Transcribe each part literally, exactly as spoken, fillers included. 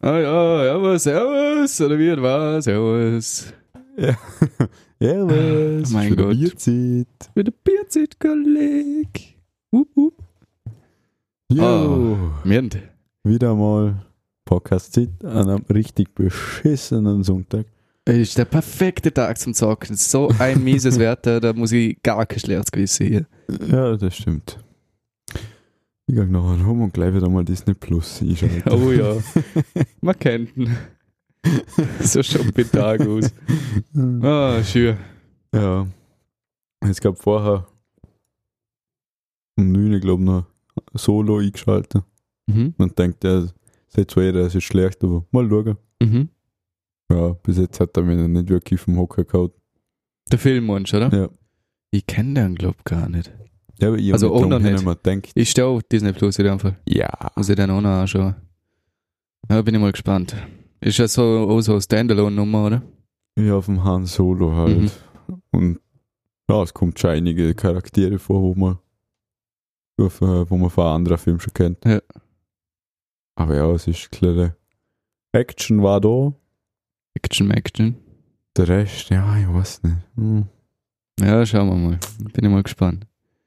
Ah ja, ja, servus, oder wie war, servus. Ja, servus. Oh mein für Gott. die Bierzeit. Für den Bierzeit, Kolleg. Wup, wup. Jo, Oh, wir haben wieder mal Podcast-Zeit an einem richtig beschissenen Sonntag. Es ist der perfekte Tag zum Zocken. So ein mieses Wetter, da muss ich gar kein schlechtes Gewissen hier. Ja, das stimmt. Ich gehe nachher rum und gleich wieder mal Disney Plus einschalten. Oh ja, man kennt ihn. So schaut der Tag aus. Ah, schön. Ja, es gab vorher um neun, glaube ich, noch Solo eingeschaltet. Mhm. Man denkt, ja, seit zwar jeder, das ist schlecht, aber mal schauen. Mhm. Ja, bis jetzt hat er mich noch nicht wirklich vom Hocker gehauen. Der Film, meinst du, oder? Ja. Ich kenne den, glaube ich, gar nicht. Ja, aber ich Also habe auch noch nicht. mir gedacht, Ich stehe auf Disney Plus in dem Fall. ja, Muss ich den auch noch anschauen. Ja, bin ich mal gespannt. Ist ja so, auch so eine Standalone-Nummer, oder? ich auf dem Han Solo halt. Mhm. Und ja, es kommt schon einige Charaktere vor, wo man wo man von anderen Filmen schon kennt. Ja. Aber ja, es ist klar. Action war da. Action, Action. Der Rest, ja, ich weiß nicht. Hm. Ja, schauen wir mal. Bin ich mal gespannt.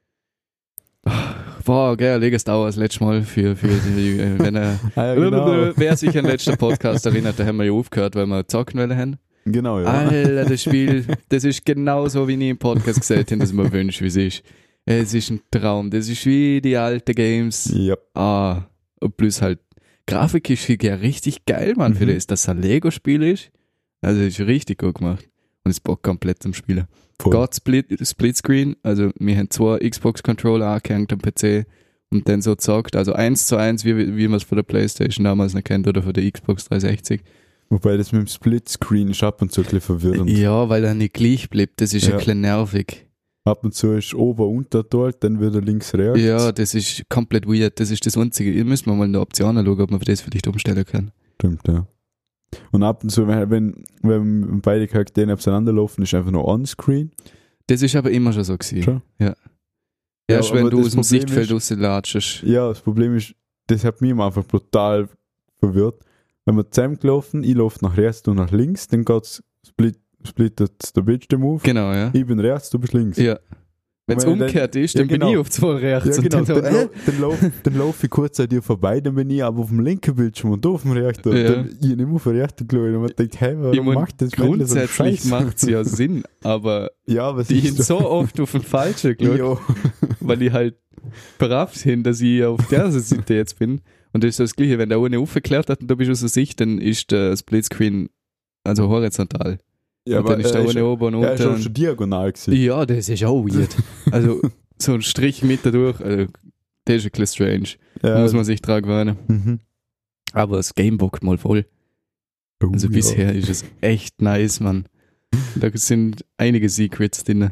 Boah, geil, leges Dauer das letzte Mal für, für die, äh, wenn er, Ah, ja, genau. wer sich an den letzten Podcast erinnert, da haben wir ja aufgehört, weil wir zocken wollen haben. Genau, ja. Alter, das Spiel, das ist genau so, wie ich im Podcast gesagt habe, dass man wünscht, wie es ist. Es ist ein Traum, das ist wie die alten Games. Ja. Ah, und plus halt, Grafik ist ja richtig geil, Mann, Mhm. für das, dass es ein Lego-Spiel ist. Also, es ist richtig gut gemacht. Und es bockt komplett zum Spielen. Voll. Gott Split, Splitscreen, also wir haben zwei Xbox-Controller angehängt am P C und dann so gezockt, also eins zu eins, wie, wie man es von der Playstation damals noch kennt oder von der Xbox dreihundertsechzig. Wobei das mit dem Splitscreen ist ab und zu ein bisschen verwirrend. Ja, weil er nicht gleich bleibt, das ist Ja. ein bisschen nervig. Ab und zu ist oben unter dort, dann wieder links rechts. Ja, das ist komplett weird, das ist das Einzige. Ihr müsst mal in der Option schauen, ob man das vielleicht umstellen kann. Stimmt, ja. Und ab und zu, wenn, wenn, wenn beide Charaktere auseinanderlaufen, ist einfach nur on-screen. Das ist aber immer schon so gewesen. Schon? Ja. Ja, Erst wenn aber du das aus dem Problem Sichtfeld ist- rauslatschst. Ja, das Problem ist, das hat mich einfach brutal verwirrt. Wenn wir zusammengelaufen, ich laufe nach rechts, du nach links, dann geht's split, splittet der Bildschirm auf. Genau, ja. Ich bin rechts, du bist links. Ja. Wenn es Wenn dann- umgekehrt ist, ja, dann bin genau. ich auf zwei rechts Ja, genau. und dann so, Dann, äh? lau dann, lauf, dann lauf ich kurz an dir vorbei, dann bin ich aber auf dem linken Bildschirm und du auf dem rechten. Ja. Dann, ich nicht mehr auf den rechten geschaut und man denkt, hey, warum Ich mein, macht das Mädel so einen grundsätzlich Scheiß? macht es ja Sinn, aber Ja, aber es ich ist bin so oft auf den Falschen geschaut, Ja. weil ich halt brav bin, dass ich auf der Seite jetzt bin. Und das ist das Gleiche, wenn der eine aufgeklärt hat und du bist aus der Sicht, dann ist der Splitscreen also horizontal. Ja, und dann ist der er eine oben und er ist auch unten. schon diagonal gewesen. Ja, das ist auch weird. Also so ein Strich mit dadurch, also das ist ein bisschen strange. Da Ja, muss man sich dran gewöhnen. mhm. Aber das Game bockt mal voll. Oh, Also ja. bisher ist es echt nice, Mann. Da sind einige Secrets drin.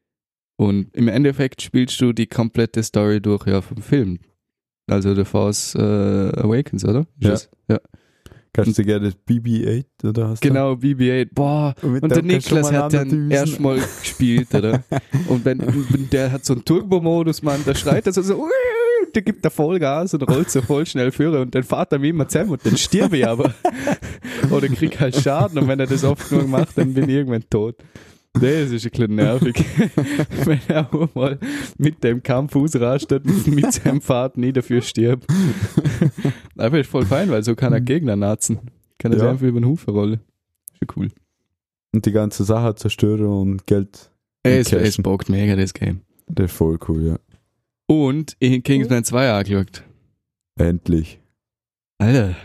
Und im Endeffekt spielst du die komplette Story durch, ja, vom Film. Also The Force äh, Awakens, oder? Ist Ja. das? Ja. Kannst du gerne das B B acht oder hast du? Genau, B B acht. Boah, Und, mit und der dem kannst du Niklas hat umeinander dann düsen. erstmal gespielt, oder? Und wenn, wenn der hat so einen Turbo-Modus, Mann, der schreit also so, der gibt da Vollgas und rollt so voll schnell führen und dann fährt er mich immer zusammen und dann stirbe ich aber. Oder krieg halt Schaden und wenn er das oft nur macht, dann bin ich irgendwann tot. Das ist ein bisschen nervig. Wenn er auch mal mit dem Kampf ausrastet und mit seinem Pfad nie dafür stirbt. Aber ist voll fein, weil so kann er Gegner natzen. Kann er Ja. sich einfach über den Haufen rollen. Schon cool. Und die ganze Sache zerstören und Geld. Es, cashen. es bockt mega, das Game. Das ist voll cool, ja. Und ich habe Kingsman zwei angeschaut. Endlich. Alter.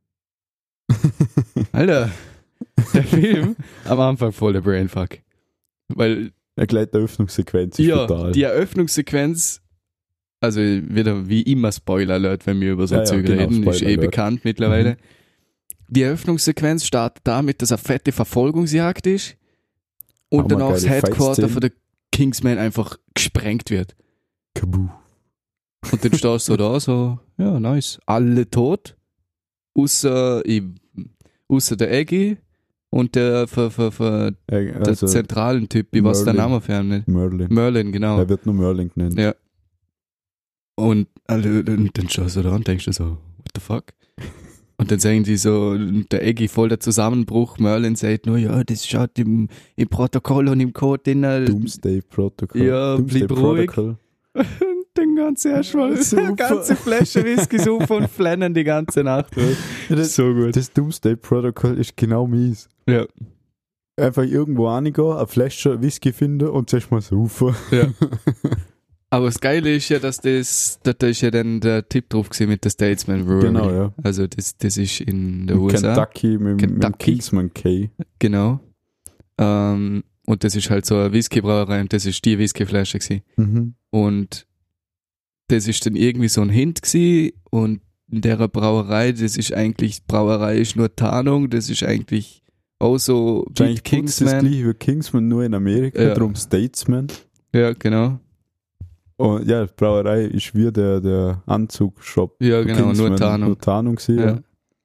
Alter. Der Film am Anfang voll der Brainfuck. Weil, Eine kleine Eröffnungssequenz ist ja, brutal. die Eröffnungssequenz, also wieder wie immer Spoiler-Alert, wenn wir über so Ja, ja, Zeug genau, reden, ist eh Spoiler-Alert. bekannt mittlerweile. Die Eröffnungssequenz startet damit, dass eine fette Verfolgungsjagd ist und dann auch das Hammergeile Headquarter Fight-Szenen. von der Kingsman einfach gesprengt wird. Kabu. Und dann stehst du da so, ja, nice. Alle tot. Außer, ich, außer der Eggy und der, für, für, für Äh, der Also zentralen Typ, wie was der Merlin. Name für ihn nicht. Merlin. Merlin, genau. Er wird nur Merlin genannt. Ja. Und also, dann, dann schaust du da und denkst du so, what the fuck? Und dann sagen die so, der Eggy voll der Zusammenbruch, Merlin sagt nur, ja, das schaut im, im Protokoll und im Code drin. Doomsday Protocol. Ja, Doomsday bleib ruhig. Protocol. Den ganzen Erstmal, die ganze Flasche Whisky super und flennen die ganze Nacht. Ja, das, so gut. Das Doomsday Protocol ist genau mies. Ja. Einfach irgendwo reingehen, eine Flasche Whisky finden und zuerst mal saufen. Ja. Aber das Geile ist ja, dass das, da ist ja dann der Tipp drauf gewesen mit der Statesman Brewery. Genau, ja. Also das, das ist in der In U S A. Kentucky mit, Kentucky. mit dem Kingsman K. Genau. Ähm, und das ist halt so eine Whisky-Brauerei und das ist die Whiskyflasche gewesen. Mhm. Und das ist dann irgendwie so ein Hint gewesen und in der Brauerei, das ist eigentlich, Brauerei ist nur Tarnung, das ist eigentlich auch so Das ist eigentlich Kingsman. Das gleiche wie Kingsman, nur in Amerika, Ja. darum Statesman. Ja, genau. Und ja, die Brauerei ist wie der, der Anzugshop. Ja, von genau, nur Tarnung. Nur Tarnung gewesen, Ja. ja.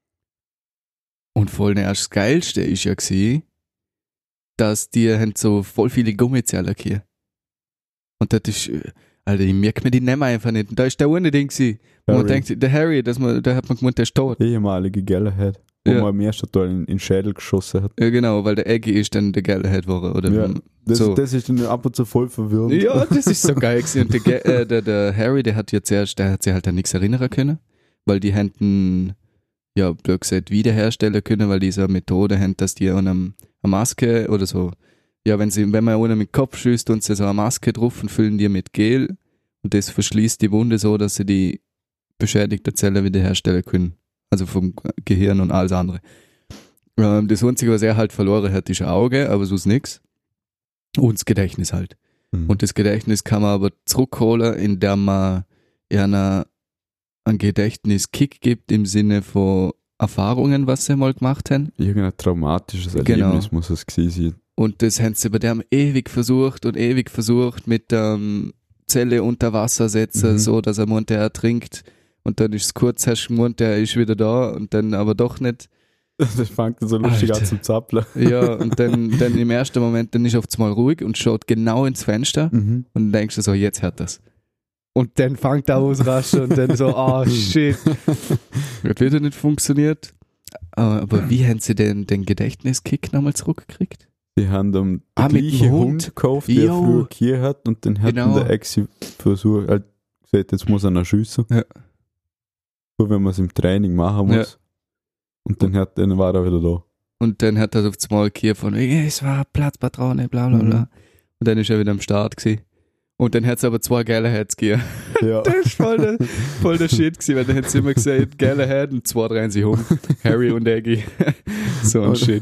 Und voll erst das Geilste ist ja gewesen, dass die haben so voll viele Gummizellen hier. Und das ist, äh, Alter, ich merke mir die Namen einfach nicht. Und da ist der eine Ding gewesen, wo man Harry. denkt, der Harry, dass man, da hat man gemeint, der ist tot. Ehemalige Galahad, wo Ja. man am ersten Teil in, in den Schädel geschossen hat. Ja, genau, weil der Eggy ist dann der Galahad geworden, oder? Ja. Das, so. das ist dann ab und zu voll verwirrend. Ja, das ist so geil gewesen. Und der, Ga- äh, der, der Harry, der hat ja zuerst, der hat sich halt an nichts erinnern können, weil die hätten, ja, blöd gesagt, wiederherstellen können, weil diese Methode haben, dass die an einem, eine Maske oder so, ja, wenn sie, wenn man einen mit dem Kopf schießt und sie so eine Maske drauf und füllen die mit Gel und das verschließt die Wunde so, dass sie die beschädigte Zelle wiederherstellen können. Also vom Gehirn und alles andere. Ähm, das Einzige, was er halt verloren hat, ist ein Auge, aber sonst nix. Und das Gedächtnis halt. Mhm. Und das Gedächtnis kann man aber zurückholen, indem man einer einen Gedächtniskick gibt im Sinne von Erfahrungen, was sie mal gemacht haben. Irgendein traumatisches Genau. Erlebnis muss es gewesen sein. Und das haben sie bei dem ewig versucht und ewig versucht mit der ähm, Zelle unter Wasser setzen, Mhm. so dass er meint, er ertrinkt. Und dann ist es kurz, hast du gemeint, er ist wieder da und dann aber doch nicht. Das fängt so lustig Alter. an zum Zappeln. Ja, und dann, dann im ersten Moment, dann ist er auf einmal ruhig und schaut genau ins Fenster Mhm. und dann denkst du so, jetzt hört das. Und dann fängt er ausraschen und dann so, ah, oh, shit. Hat wieder nicht funktioniert. Aber, aber wie haben sie denn den Gedächtniskick nochmal zurückgekriegt? Die haben dann Ah, den mit dem gleichen Hund. Hund gekauft, der Jo. früher hier hat und dann hat Genau. der Ex versucht, halt gesagt, jetzt muss er noch schiessen. Ja. Nur wenn man es im Training machen muss. Ja. Und dann, hat, dann war er wieder da. Und dann hat er auf einmal hier von, "Ey, es war Platzpatrone, bla bla bla. Mhm. Und dann ist er wieder am Start gewesen. Und dann hat es aber zwei Galahads gegeben. Ja. Das ist voll der, voll der Shit gewesen, weil dann hat sie immer gesagt, Galahad und zwei drehen sich um. Harry und Eggy. So ein Und- Shit.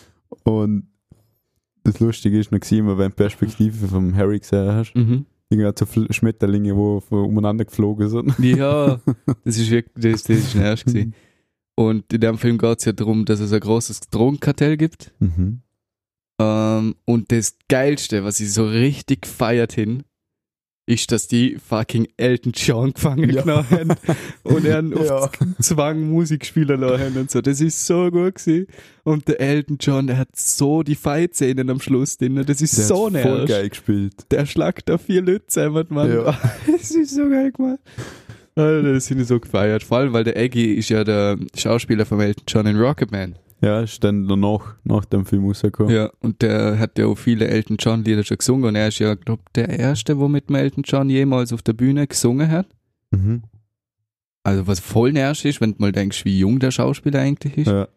Und das Lustige ist noch gewesen, wenn du die Perspektive vom Harry gesehen hast, Mhm. irgendwie so Fl- Schmetterlinge, die umeinander geflogen sind. Ja, das ist wirklich, das, das ist ein Erst gewesen. Und in dem Film geht es ja darum, dass es ein großes Drogenkartell gibt. Mhm. Ähm, und das Geilste, was ich so richtig gefeiert hin, ist, dass die fucking Elton John gefangen Ja. genommen haben und er auf Ja. Zwang Musik spielen lassen haben und so. Das ist so gut gewesen. Und der Elton John, der hat so die Fight-Szenen am Schluss drin. Das ist Der so hat voll nervig. geil gespielt. Der schlagt da vier Leute zusammen, Mann. Ja. Das ist so geil gemacht. Alter, das sind ich so gefeiert. Vor allem, weil der Eggy ist ja der Schauspieler von Elton John in Rocketman. Ja, ist dann danach, nach dem Film rausgekommen. Ja, und der hat ja auch viele Elton John Lieder schon gesungen und er ist ja, glaube der Erste, wo mit dem Elton John jemals auf der Bühne gesungen hat. Mhm. Also was voll nervig ist, wenn du mal denkst, wie jung der Schauspieler eigentlich ist. Ja.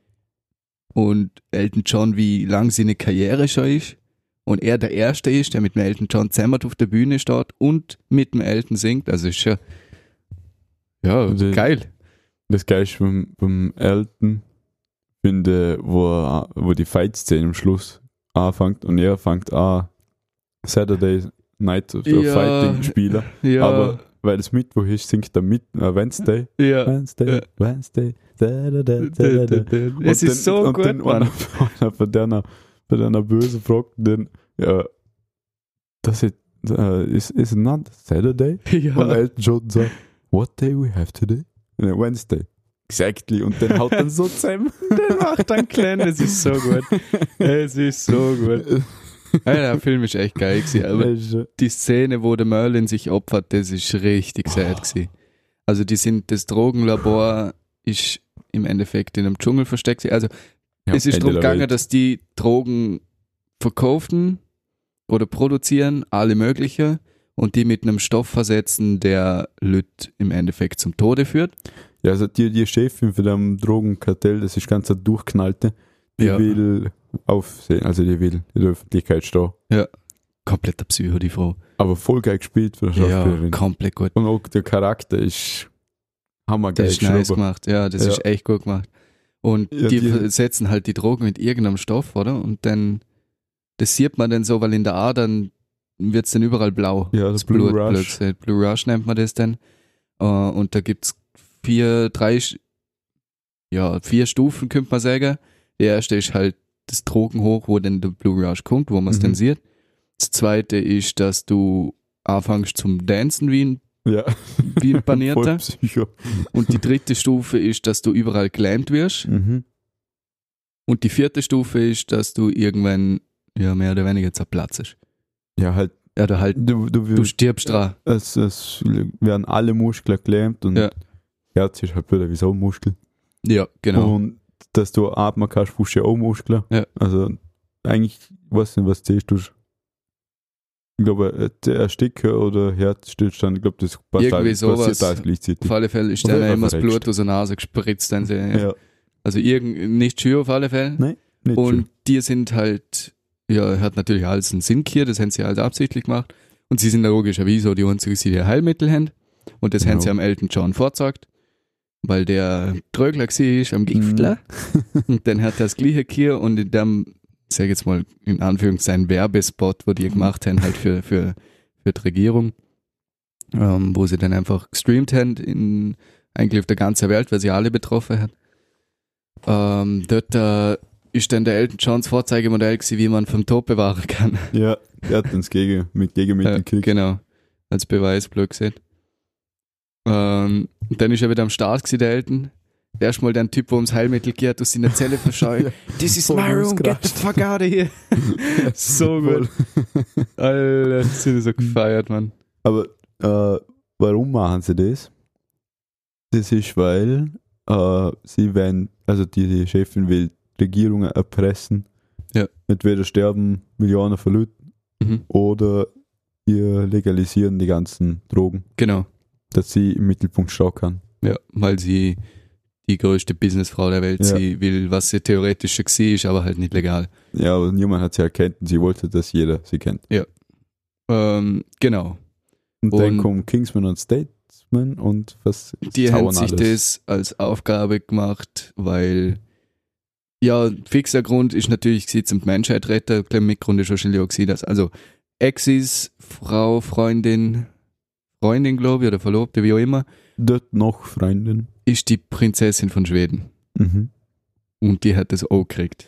Und Elton John, wie lang seine Karriere schon ist. Und er der Erste ist, der mit dem Elton John zusammen auf der Bühne steht und mit dem Elton singt. Also ist ja, ja, Also- geil. Das Geilste beim, beim Elton, finde, wo, er- wo die Fight-Szene am Schluss anfängt und er fängt an, Saturday Night of Ja. Fighting spielen. Ja, Aber weil es Mittwoch ist, singt er mit, äh, Wednesday. ja. Wednesday, Ja. Wednesday, da, da, da, da, da, da. Es Und ist dann- so und gut, dann Mann. einer, einer von deiner, von deiner Böse fragt dann, ja, das ist, uh, is, is not Saturday? Und Ja. Elton John sagt, what day we have today? Und dann, Wednesday. Exactly. Und dann haut dann so zusammen. Der macht dann klein, es ist so gut. Es ist so gut. Ja, der Film ist echt geil gewesen, aber Das ist, äh, die Szene, wo der Merlin sich opfert, das ist richtig sad gewesen. Also die sind, das Drogenlabor ist im Endeffekt in einem Dschungel versteckt sind. Also Ja, es ist Ende darum der gegangen, Welt. dass die Drogen verkaufen oder produzieren, alle mögliche, und die mit einem Stoff versetzen, der Leute im Endeffekt zum Tode führt. Ja, also die, die Chefin von dem Drogenkartell, das ist ganz eine Durchknallte, die Ja. will aufsehen, also die will in der Öffentlichkeit stehen. Kompletter Psycho, die Frau. Aber voll geil gespielt von der Ja, Schauspielerin. komplett gut. Und auch der Charakter ist hammergeil Das ist nice geschrieben. gemacht. Ja, das Ja. ist echt gut gemacht. Und Ja, die, die- versetzen halt die Drogen mit irgendeinem Stoff, oder? Und dann, das sieht man dann so, weil in der Adern wird es dann überall blau. Ja, das Blue Rush. blöd gesagt. Blue Rush nennt man das dann. Äh, und da gibt's vier, drei, Sch- ja, vier Stufen, könnte man sagen. Die erste ist halt das Drogenhoch, wo dann der Blue Rush kommt, wo man es Mhm. dann sieht. Das zweite ist, dass du anfängst zum Dancen wie ein, Ja, wie ein voll Panierter. Psycho. Und die dritte Stufe ist, dass du überall gelähmt wirst. Mhm. Und die vierte Stufe ist, dass du irgendwann, ja, mehr oder weniger zerplatzt. Ja, halt, Ja, du halt, du, du, du wirst, stirbst dran. es, es werden alle Muskeln gelähmt und Ja. Herz ist halt wieder wie so ein Muskel. Ja, genau. Und dass du atmen kannst, brauchst du ja auch Muskeln. Ja. Also eigentlich, ich weiß nicht, was zählst du? Ich glaube, der Ersticken oder Herzstillstand, ich glaube, das passt Irgendwie alles, sowas. passiert alles gleichzeitig. Auf alle Fälle ist Auf dann jeden Fall immer das verreckst. Blut aus der Nase gespritzt. Dann sie, Ja, Also irgend, nicht schön auf alle Fälle. Nein, nicht Und schön. die sind halt, ja, hat natürlich alles einen Sinn hier, das haben sie halt absichtlich gemacht. Und sie sind da logischerweise die einzigen, die ein Heilmittel haben. Und das Genau. haben sie am Elton John vorgezeigt, weil der Trögler war am Giftler. Und dann hat er das gleiche hier und in dem, ich sag jetzt mal in Anführungszeichen, Werbespot, wo die gemacht haben, halt für, für, für die Regierung, ähm, wo sie dann einfach gestreamt haben, in, eigentlich auf der ganzen Welt, weil sie alle betroffen hat. Ähm, dort äh, ist dann der Elton Johns Vorzeigemodell gewesen, wie man vom Tod bewahren kann. Ja, er hat uns gegen, mit Gegenmittel Ja, gekriegt. genau, als Beweis, blöd gesagt. Ähm, dann ist er wieder am Start gewesen, der Elton. Erstmal der Typ, wo ums Heilmittel geht, aus seiner Zelle verscheucht. This is Voll my room, get the ausgerastet. fuck out of here. So gut. Alter, das sind so gefeiert, Mann. Aber äh, warum machen sie das? Das ist, weil äh, sie werden, also die, die Chefin will Regierungen erpressen. Ja. Entweder sterben Millionen von Leuten Mhm. oder ihr legalisieren die ganzen Drogen, Genau, dass sie im Mittelpunkt stehen kann. ja, weil sie die größte Businessfrau der Welt, Ja. sie will, was sie theoretisch schon war, ist aber halt nicht legal. Ja, aber niemand hat sie erkannt und sie wollte, dass jeder sie kennt. Ähm, genau. Und, dann Und- kommen Kingsman und Statesman und was Die haben zaubern sich alles. das als Aufgabe gemacht, weil ja, fixer Grund ist natürlich gewesen, zum die Menschheit retten. Ich glaube, Mitgrund ist wahrscheinlich auch gewesen, dass also Exis, Frau, Freundin, Freundin, glaube ich, oder Verlobte, wie auch immer, Dort noch Freundin. ist die Prinzessin von Schweden. Mhm. Und die hat das auch gekriegt.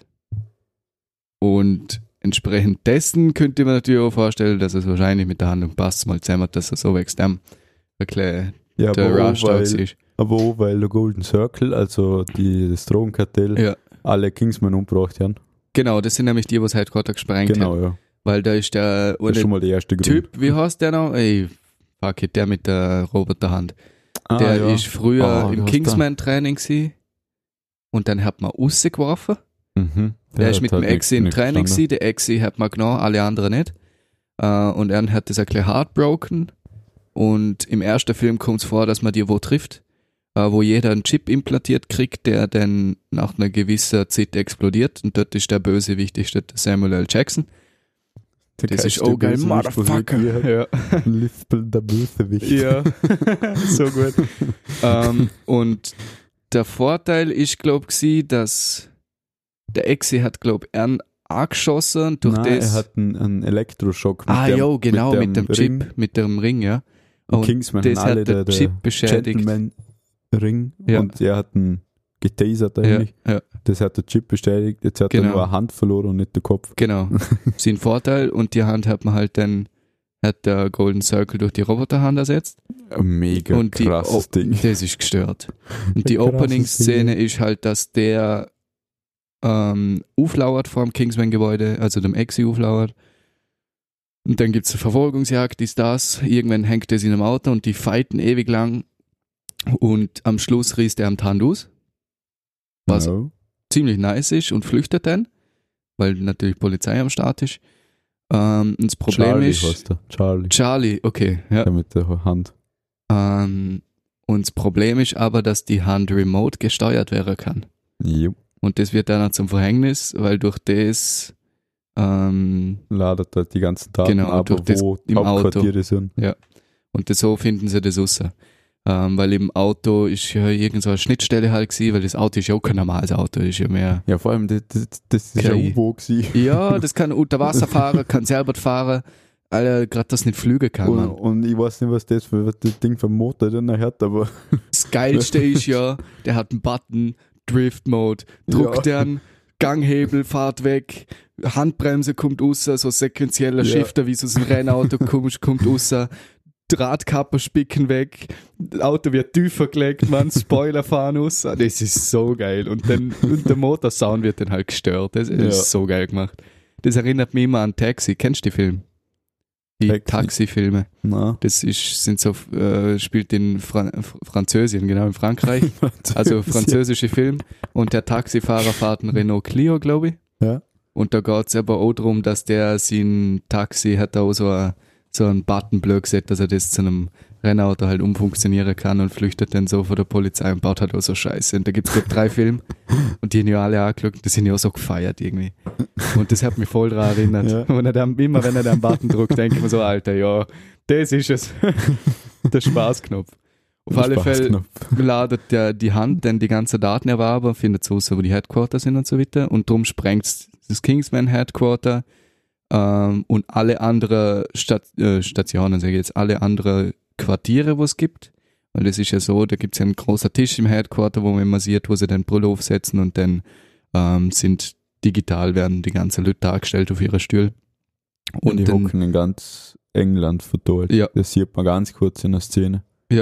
Und entsprechend dessen könnte man natürlich auch vorstellen, dass es wahrscheinlich mit der Handlung passt, mal zusammen, dass er so wächst, dem wirklich Ja, der aber Rush auch, da weil, ist. aber auch, weil der Golden Circle, also die, das Drogenkartell, Ja. alle Kingsman umgebracht haben. Genau, das sind nämlich die, die das Headquarter gesprengt haben. Genau, ja. Weil da ist der Das ist schon mal der erste Grund. Typ, wie heißt der noch? Ey, fuck it, der mit der Roboterhand. Ah, Der ja. ist früher Ah, im was Kingsman-Training gewesen. Und dann hat man rausgeworfen. Mhm. Der, ist hat mit halt dem Exi nicht- im nicht Training verstanden. gewesen. Der Exi hat man genommen, alle anderen nicht. Äh, und er hat das ein bisschen heartbroken. Und im ersten Film kommt es vor, dass man die wo trifft, äh, wo jeder einen Chip implantiert kriegt, der dann nach einer gewissen Zeit explodiert. Und dort ist der Bösewicht, ist dort Samuel L. Jackson. Der Das ist geilste auch geil, Bösewicht, was Motherfucker. wirklich hat. Ja. Lispel der Bösewicht. Ja, so gut. ähm, und der Vorteil ist, glaube ich, dass der Exi hat, glaube ich, einen angeschossen und durch Nein, das... er hat einen, einen Elektroschock ah, dem, jo, genau, mit dem, Chip, Ring. mit dem Ring, ja. Und Und Kingsman das haben alle hat der der, der Chip beschädigt. Gentleman-Ring Ja. und er hat einen getasert Ja, eigentlich. ja, Das hat der Chip bestätigt. Jetzt hat Genau. er nur eine Hand verloren und nicht den Kopf. genau. Sein Vorteil. Und die Hand hat man halt dann, hat der Golden Circle durch die Roboterhand ersetzt. Ein mega Und die, krasses oh, Ding. das ist gestört. Und die Ein krasses Opening-Szene Ding. ist halt, dass der ähm, auflauert vor dem Kingsman-Gebäude, also dem Exi auflauert. Und dann gibt's eine Verfolgungsjagd, ist das. Irgendwann hängt er in einem Auto und die fighten ewig lang. Und am Schluss riest er am die Hand aus. Was No. ziemlich nice ist und flüchtet dann, weil natürlich Polizei am Start ist. Ähm, und das Problem Charlie ist... heißt er. Charlie. Charlie, okay, ja. Der mit der Hand. Ähm, und das Problem ist aber, dass die Hand remote gesteuert werden kann. Jo. Und das wird dann auch zum Verhängnis, weil durch das ähm, Ladet halt die ganzen Daten Genau, ab, durch das wo im Hauptquartiere sind. und das, so finden sie das raus. Ähm, weil im Auto ist ja irgend so eine Schnittstelle halt gewesen, weil das Auto ist ja auch kein normales Auto, ist ja mehr... Ja, vor allem, das, das, das ist K I. ein U-Boot gewesen. Ja, das kann unter Wasser fahren, kann selber fahren, Alter, gerade das nicht fliegen kann, Und, man. und ich weiß nicht, was das für was das Ding für einen Motor drin hat, aber Das Geilste ist ja, der hat einen Button, Drift Mode, druckt Ja. den, Ganghebel, fahrt weg, Handbremse kommt raus, so sequenzieller Ja. Shifter, wie so ein Rennauto kommt, kommt raus, Drahtkapper spicken weg, das Auto wird tiefer gelegt, man, Spoiler fahren raus, das ist so geil. Und, dann, und der Motorsound wird dann halt gestört, das ist Ja. so geil gemacht. Das erinnert mich immer an Taxi, kennst du die Filme? Die Taxi. Taxi-Filme. na. Das ist, sind so, äh, spielt in Fran- Französien, genau, in Frankreich. Also französische Film. Und der Taxifahrer fährt einen Renault Clio, glaube ich. Ja. Und da geht es aber auch darum, dass der sein Taxi hat auch so, ein, so einen Button blöd gesetzt, dass er das zu einem Rennauto halt umfunktionieren kann und flüchtet dann so vor der Polizei und baut halt auch so Scheiße. Und da gibt es drei Filme und die haben ja alle angeschaut, das sind ja auch so gefeiert irgendwie. Und das hat mich voll daran erinnert. Ja. Und er dann, immer wenn er den Button drückt, denke ich mir so, Alter, ja, das ist es. Der Spaßknopf. Auf alle Fälle Spaßknopf. ladet der, die Hand dann die ganzen Daten erwerben, findet so raus, wo die Headquarter sind und so weiter. Und darum sprengt das Kingsman Headquarter ähm, und alle anderen Stat äh, Stationen, sage ich jetzt, alle anderen Quartiere, wo es gibt. Weil das ist ja so, da gibt es ja einen großen Tisch im Headquarter, wo man immer sieht, wo sie den Brille aufsetzen und dann ähm, sind digital, werden die ganzen Leute dargestellt auf ihre Stühle. Und Und die dann, hocken in ganz England verteilt. Ja. Das sieht man ganz kurz in der Szene. äh,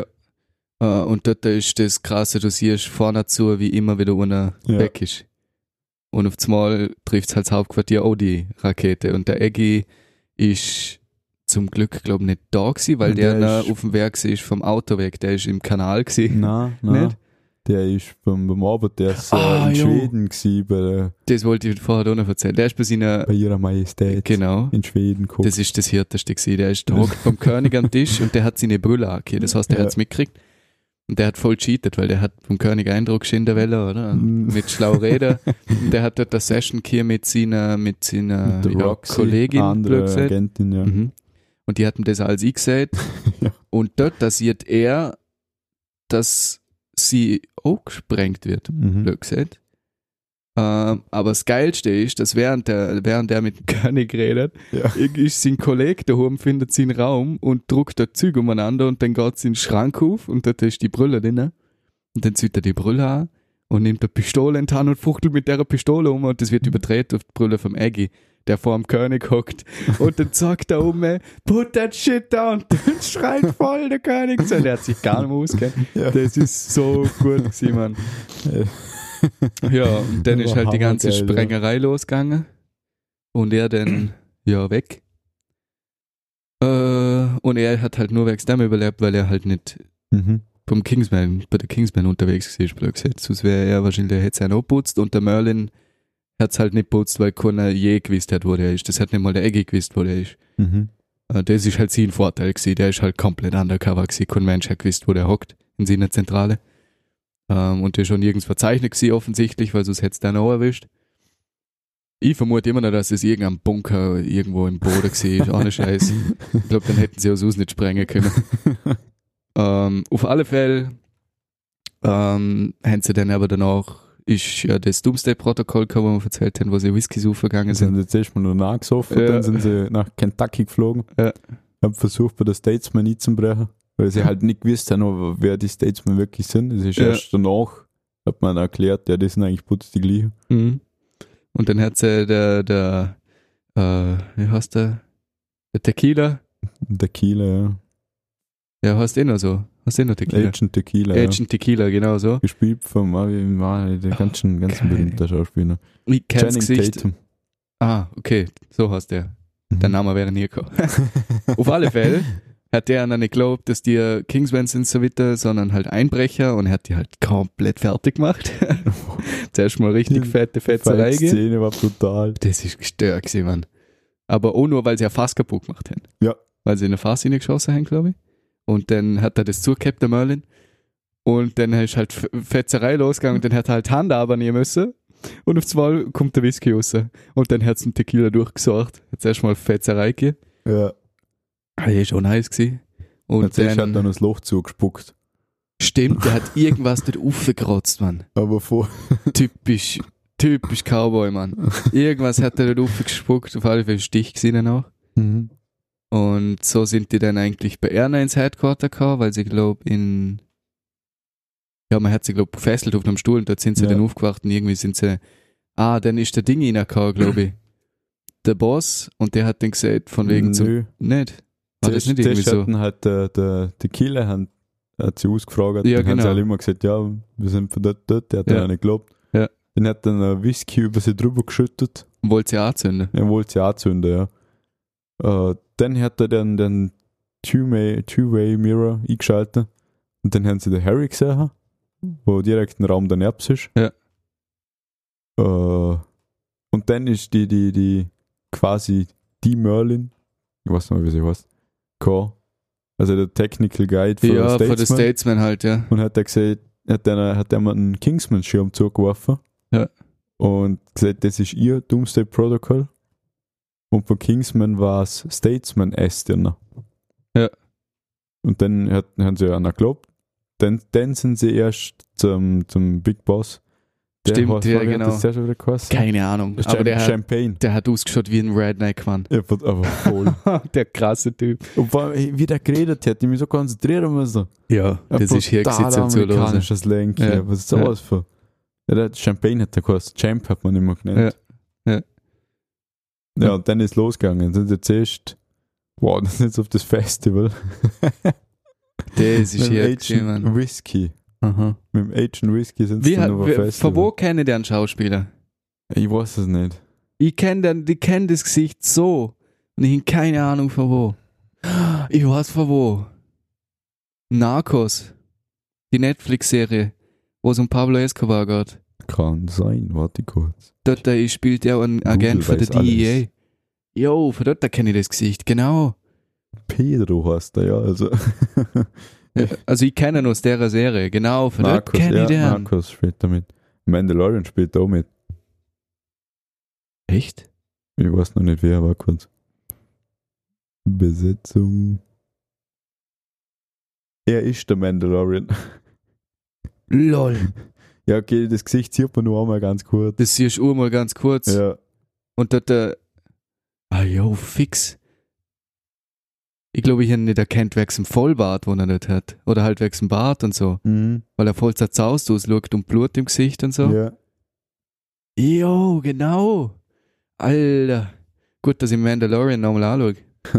und dort ist das Krasse, du siehst vorne zu, wie immer wieder einer Ja. weg ist. Und auf einmal trifft es halt das Hauptquartier auch die Rakete. Und der Eggy ist zum Glück, glaube ich, nicht da gewesen, weil Und der, der noch ist- auf dem Weg ist vom Auto weg. Der ist im Kanal gewesen. Nein, nein. Nicht? Der ist beim, beim Arbeit, der ist äh, Ah, in jo. Schweden gewesen, bei, der- Das wollte ich vorher auch noch erzählen. Der ist bei seiner, bei ihrer Majestät genau, in Schweden geguckt. das ist das Hirteste gewesen. Der ist hockt vom König am Tisch und der hat seine Brille angehört. Das heißt, der Ja. hat's mitgekriegt. Und der hat voll cheatet, weil der hat vom König Eindruck in der Welle, oder? Und Mm. mit schlau reden. Und der hat dort eine Session hier mit seiner, mit seiner Mit der ja, Roxy, Kollegin, andere blöd gesagt. Agentin, ja. Mhm. Und die hatten das als ich gesagt. Ja. Und dort da sieht er, dass sie auch gesprengt wird, Mhm. blöd gesagt. Ähm, aber das Geilste ist, dass während der, während der mit dem König redet, Ja. ist sein Kollege daheim, findet seinen Raum und druckt dort Zeug umeinander und dann geht es in den Schrank auf und dort ist die Brille drin. Und dann zieht er die Brille an und nimmt eine Pistole in die Hand und fuchtelt mit der Pistole um und das wird überdreht auf die Brille vom Eggy, der vor dem König hockt. Und dann sagt er um, put that shit down. Und dann schreit voll der König. So, der hat sich gar nicht mehr auskennt. Ja. Das ist so gut gewesen, Mann. Ja, und dann Das ist war halt die ganze hammergeil, ja. Sprengerei losgegangen. Und er dann, ja, weg. Äh, und er hat halt nur wegen dem überlebt, weil er halt nicht Mhm. beim Kingsman, bei der Kingsman unterwegs war, blöd gesagt. Sonst wäre er wahrscheinlich, der hätte es auch geputzt und der Merlin hat es halt nicht geputzt, weil keiner je gewusst hat, wo der ist. Das hat nicht mal der Eggy gewusst, wo der ist. Mhm. Äh, das ist halt sein Vorteil gewesen. Der ist halt komplett undercover gewesen. Kein Mensch hat gewusst, wo der hockt in seiner Zentrale. Ähm, und der ist schon nirgends verzeichnet gewesen, offensichtlich, weil sonst hätte es dann auch erwischt. Ich vermute immer noch, dass es irgendein Bunker irgendwo im Boden war. Ohne Scheiß. Ich glaube, dann hätten sie auch sonst nicht sprengen können. ähm, auf alle Fälle ähm, haben sie dann aber danach ist ja das Doomsday-Protokoll gekommen, wo wir erzählt haben, wo sie Whisky suchen gegangen Sind sind. jetzt erstmal nur nachgesoffen, Ja. dann sind sie nach Kentucky geflogen. Ja. Haben versucht, bei der Statesman einzubrechen, weil sie halt nicht gewusst haben, wer die Statesman wirklich sind. Es ist Ja. erst danach, hat man erklärt, ja, das sind eigentlich putz die gleichen. Mhm. Und dann hat sie der, der, äh, wie heißt der? Der Tequila. Der Tequila, ja. Ja, heißt eh noch so. Heißt eh noch Tequila. Agent Tequila, ja. Agent Tequila, genau so. Gespielt vom, ah, wie war der ganzen, ganzen geil. berühmter Schauspieler. Ich kenn's Channing Gesicht. Tatum. Ah, okay, so heißt der. Mhm. Der Name wäre nie gekommen. Auf alle Fälle hat der dann nicht geglaubt, dass die Kingsmen sind so weiter, sondern halt Einbrecher und hat die halt komplett fertig gemacht. Zuerst mal richtig fette Fetzerei Die gegeben. Szene war brutal. Das ist gestört gewesen, Mann. Aber auch nur, weil sie ein Fass kaputt gemacht haben. Ja. Weil sie in eine Fass reingeschossen haben, glaube ich. Und dann hat er das zugehabt, der Merlin. Und dann ist halt F- Fetzerei losgegangen und dann hat er halt die Hand aber nie müssen. Und auf einmal kommt der Whisky raus. Und dann hat es den Tequila durchgesorgt. Hat es erstmal Fetzerei gegeben. Ja. Das war schon nice gewesen. Und Und der dann, hat dann das Loch zugespuckt. stimmt, der hat irgendwas dort aufgekratzt, Mann. Aber vor. Typisch, typisch Cowboy, Mann. Irgendwas hat er dort aufgespuckt, auf alle Fälle Stich gesehen danach. Mhm. Und so sind die dann eigentlich bei Erna ins Headquarter gekommen, weil sie, glaub, in, ja, man hat sie, glaub, gefesselt auf einem Stuhl und dort sind sie Ja. dann aufgewacht und irgendwie sind sie, ah, dann ist der Ding reingekommen, glaube ich. Der Boss, und der hat dann gesagt, von wegen zum, Nö. nicht? War das nicht Zuerst- irgendwie zuerst so? hatten halt der, der, der Killer hat, hat sie ausgefragt, Ja, dann haben sie genau. alle immer gesagt, ja, wir sind von dort, dort, der hat Ja. dann auch nicht geglaubt. Ja. Dann hat dann ein Whisky über sie drüber geschüttet, Wollte sie anzünden. er wollte sie anzünden, ja. Äh, dann hat er dann den Two-Way, Two-Way Mirror eingeschaltet und dann haben sie den Harry gesehen, wo direkt ein Raum daneben ist. Ja. Äh, und dann ist die, die, die quasi die Merlin, ich weiß nicht mehr, wie sie heißt, gekommen. Also der Technical Guide für Ja, Statesman. von der Statesman halt, ja. Und hat er gesagt, hat er, hat er mir einen Kingsman-Schirm zugeworfen. Ja. Und gesagt, das ist ihr Doomsday Protocol. Und von Kingsman war es Statesman S drin. Ja. Und dann hat, haben sie an geglaubt. Dann, dann sind sie erst zum, zum Big Boss. Der Stimmt, heißt- ja, wie hat genau. Das der schon wieder geheißen? Keine Ahnung. Das Aber Cham- der hat, Champagne. der hat ausgeschaut wie ein Redneck, Mann. Ja, aber voll. Der krasse Typ. Und vor allem, wie der geredet hat, ich mich so konzentrieren müssen. Ja, das ist hier brutal gesetzt zu hören. amerikanisches Slang. Ja. Ja. Was ist sowas für? Ja, der Champagne hat der geheißen. Champ hat man immer genannt. Ja. Ja. Ja, und dann ist losgegangen. Dann sind sie erst, wow, das ist jetzt auf das Festival. Das ist Mit dem hier Agent gesehen, Mann. Whisky. Aha. Mit dem Agent Whisky sind sie Wie, dann auf ein wie, Festival. von wo kenne ich den Schauspieler? Ich weiß es nicht. Ich kenne den, ich kenne das Gesicht so. Und ich habe keine Ahnung von wo. Ich weiß von wo. Narcos. Die Netflix-Serie, wo es um Pablo Escobar geht. Kann sein, warte kurz. Dort äh, spielt er einen Agent für weiß die D E A. Jo, von dort kenne ich das Gesicht, genau. Pedro heißt er, ja, also. Ja, also ich kenne ihn aus der Serie, genau, von dort Markus, kenne ja, ich den. Markus spielt damit. Mandalorian spielt auch mit. Echt? Ich weiß noch nicht, wer war kurz. Besetzung. Er ist der Mandalorian. Lol. Ja, okay, das Gesicht sieht man nur einmal ganz kurz. Das siehst du mal ganz kurz. Ja, Und dort, äh, ah jo, fix. Ich glaube, ich habe ihn nicht erkannt wegen dem Vollbart, den er nicht hat. Oder halt wegen dem Bart und so. mhm. Weil er voll zerzaust ausschaut und Blut im Gesicht und so. ja. Jo, genau. Alter. Gut, dass ich Mandalorian nochmal anschaue.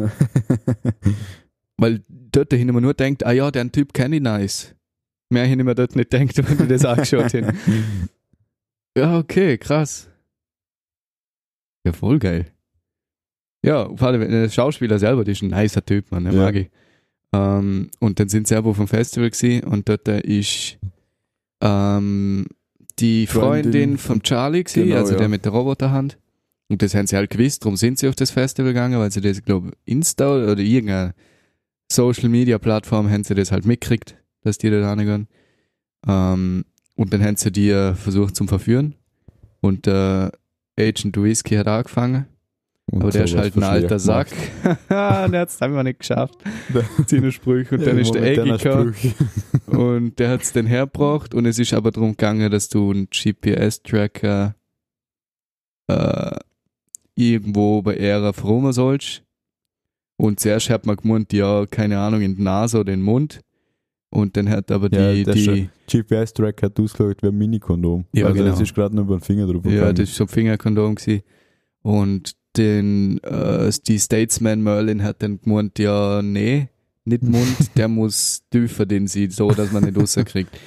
Weil dort hin immer nur denkt, ah ja, den Typ kenne ich nice. Mehr hin immer dort nicht denkt, wenn ich das angeschaut habe. Ja, okay, krass. Ja, voll geil. Ja, vor allem der Schauspieler selber, der ist ein nicer Typ, man, der Ja. mag ich. Ähm, und dann sind sie selber auf dem Festival gewesen und dort ist ähm, die Freundin, Freundin von Charlie gewesen, Genau, also ja. der mit der Roboterhand. Und das haben sie halt gewusst, darum sind sie auf das Festival gegangen, weil sie das, glaube ich, Insta oder irgendeine Social Media Plattform haben sie das halt mitgekriegt, dass die da reingehen. Ähm, und dann haben sie die äh, versucht zum Verführen. Und der Agent Whisky hat angefangen. Und Aber der ist sowas halt ein alter Sack. verschlecht Der hat es einfach nicht geschafft. Seine Sprüche. Und gemacht. dann Ja, ist der mit Eggy deiner gekommen. Sprüche. Und der hat es dann hergebracht. Und es ist aber darum gegangen, dass du einen G P S-Tracker äh, irgendwo bei Ära verräumen sollst. Und zuerst hat man gemeint, ja, keine Ahnung, in die Nase oder in den Mund. Und dann hat aber Ja, die, der die schon- G P S-Track hat ausgeschaut wie ein Minikondom. Ja, also genau. das ist gerade nur über den Finger drüber ja, gegangen. das ist so ein Fingerkondom gewesen. Und den, äh, die Statesman Merlin hat dann gemeint, ja, nee, nicht Mund, der muss tiefer den sie, so dass man nicht rauskriegt.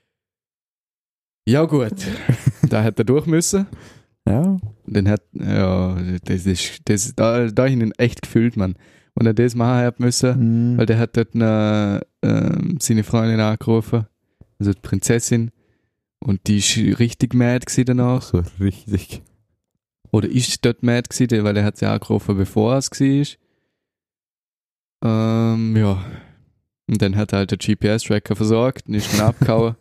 Ja gut, da hat er durch müssen. Ja. Den hat, ja, das ist, das, da, da hab ich ihn echt gefühlt, man. und er das machen hat müssen, Mhm. weil der hat dort eine, ähm, seine Freundin angerufen, also die Prinzessin, und die ist richtig mad gewesen danach. So richtig. Oder ist dort mad gewesen, weil er hat sie angerufen, bevor es war. Ähm, ja. Und dann hat er halt der G P S-Tracker versorgt und ist dann abgehauen.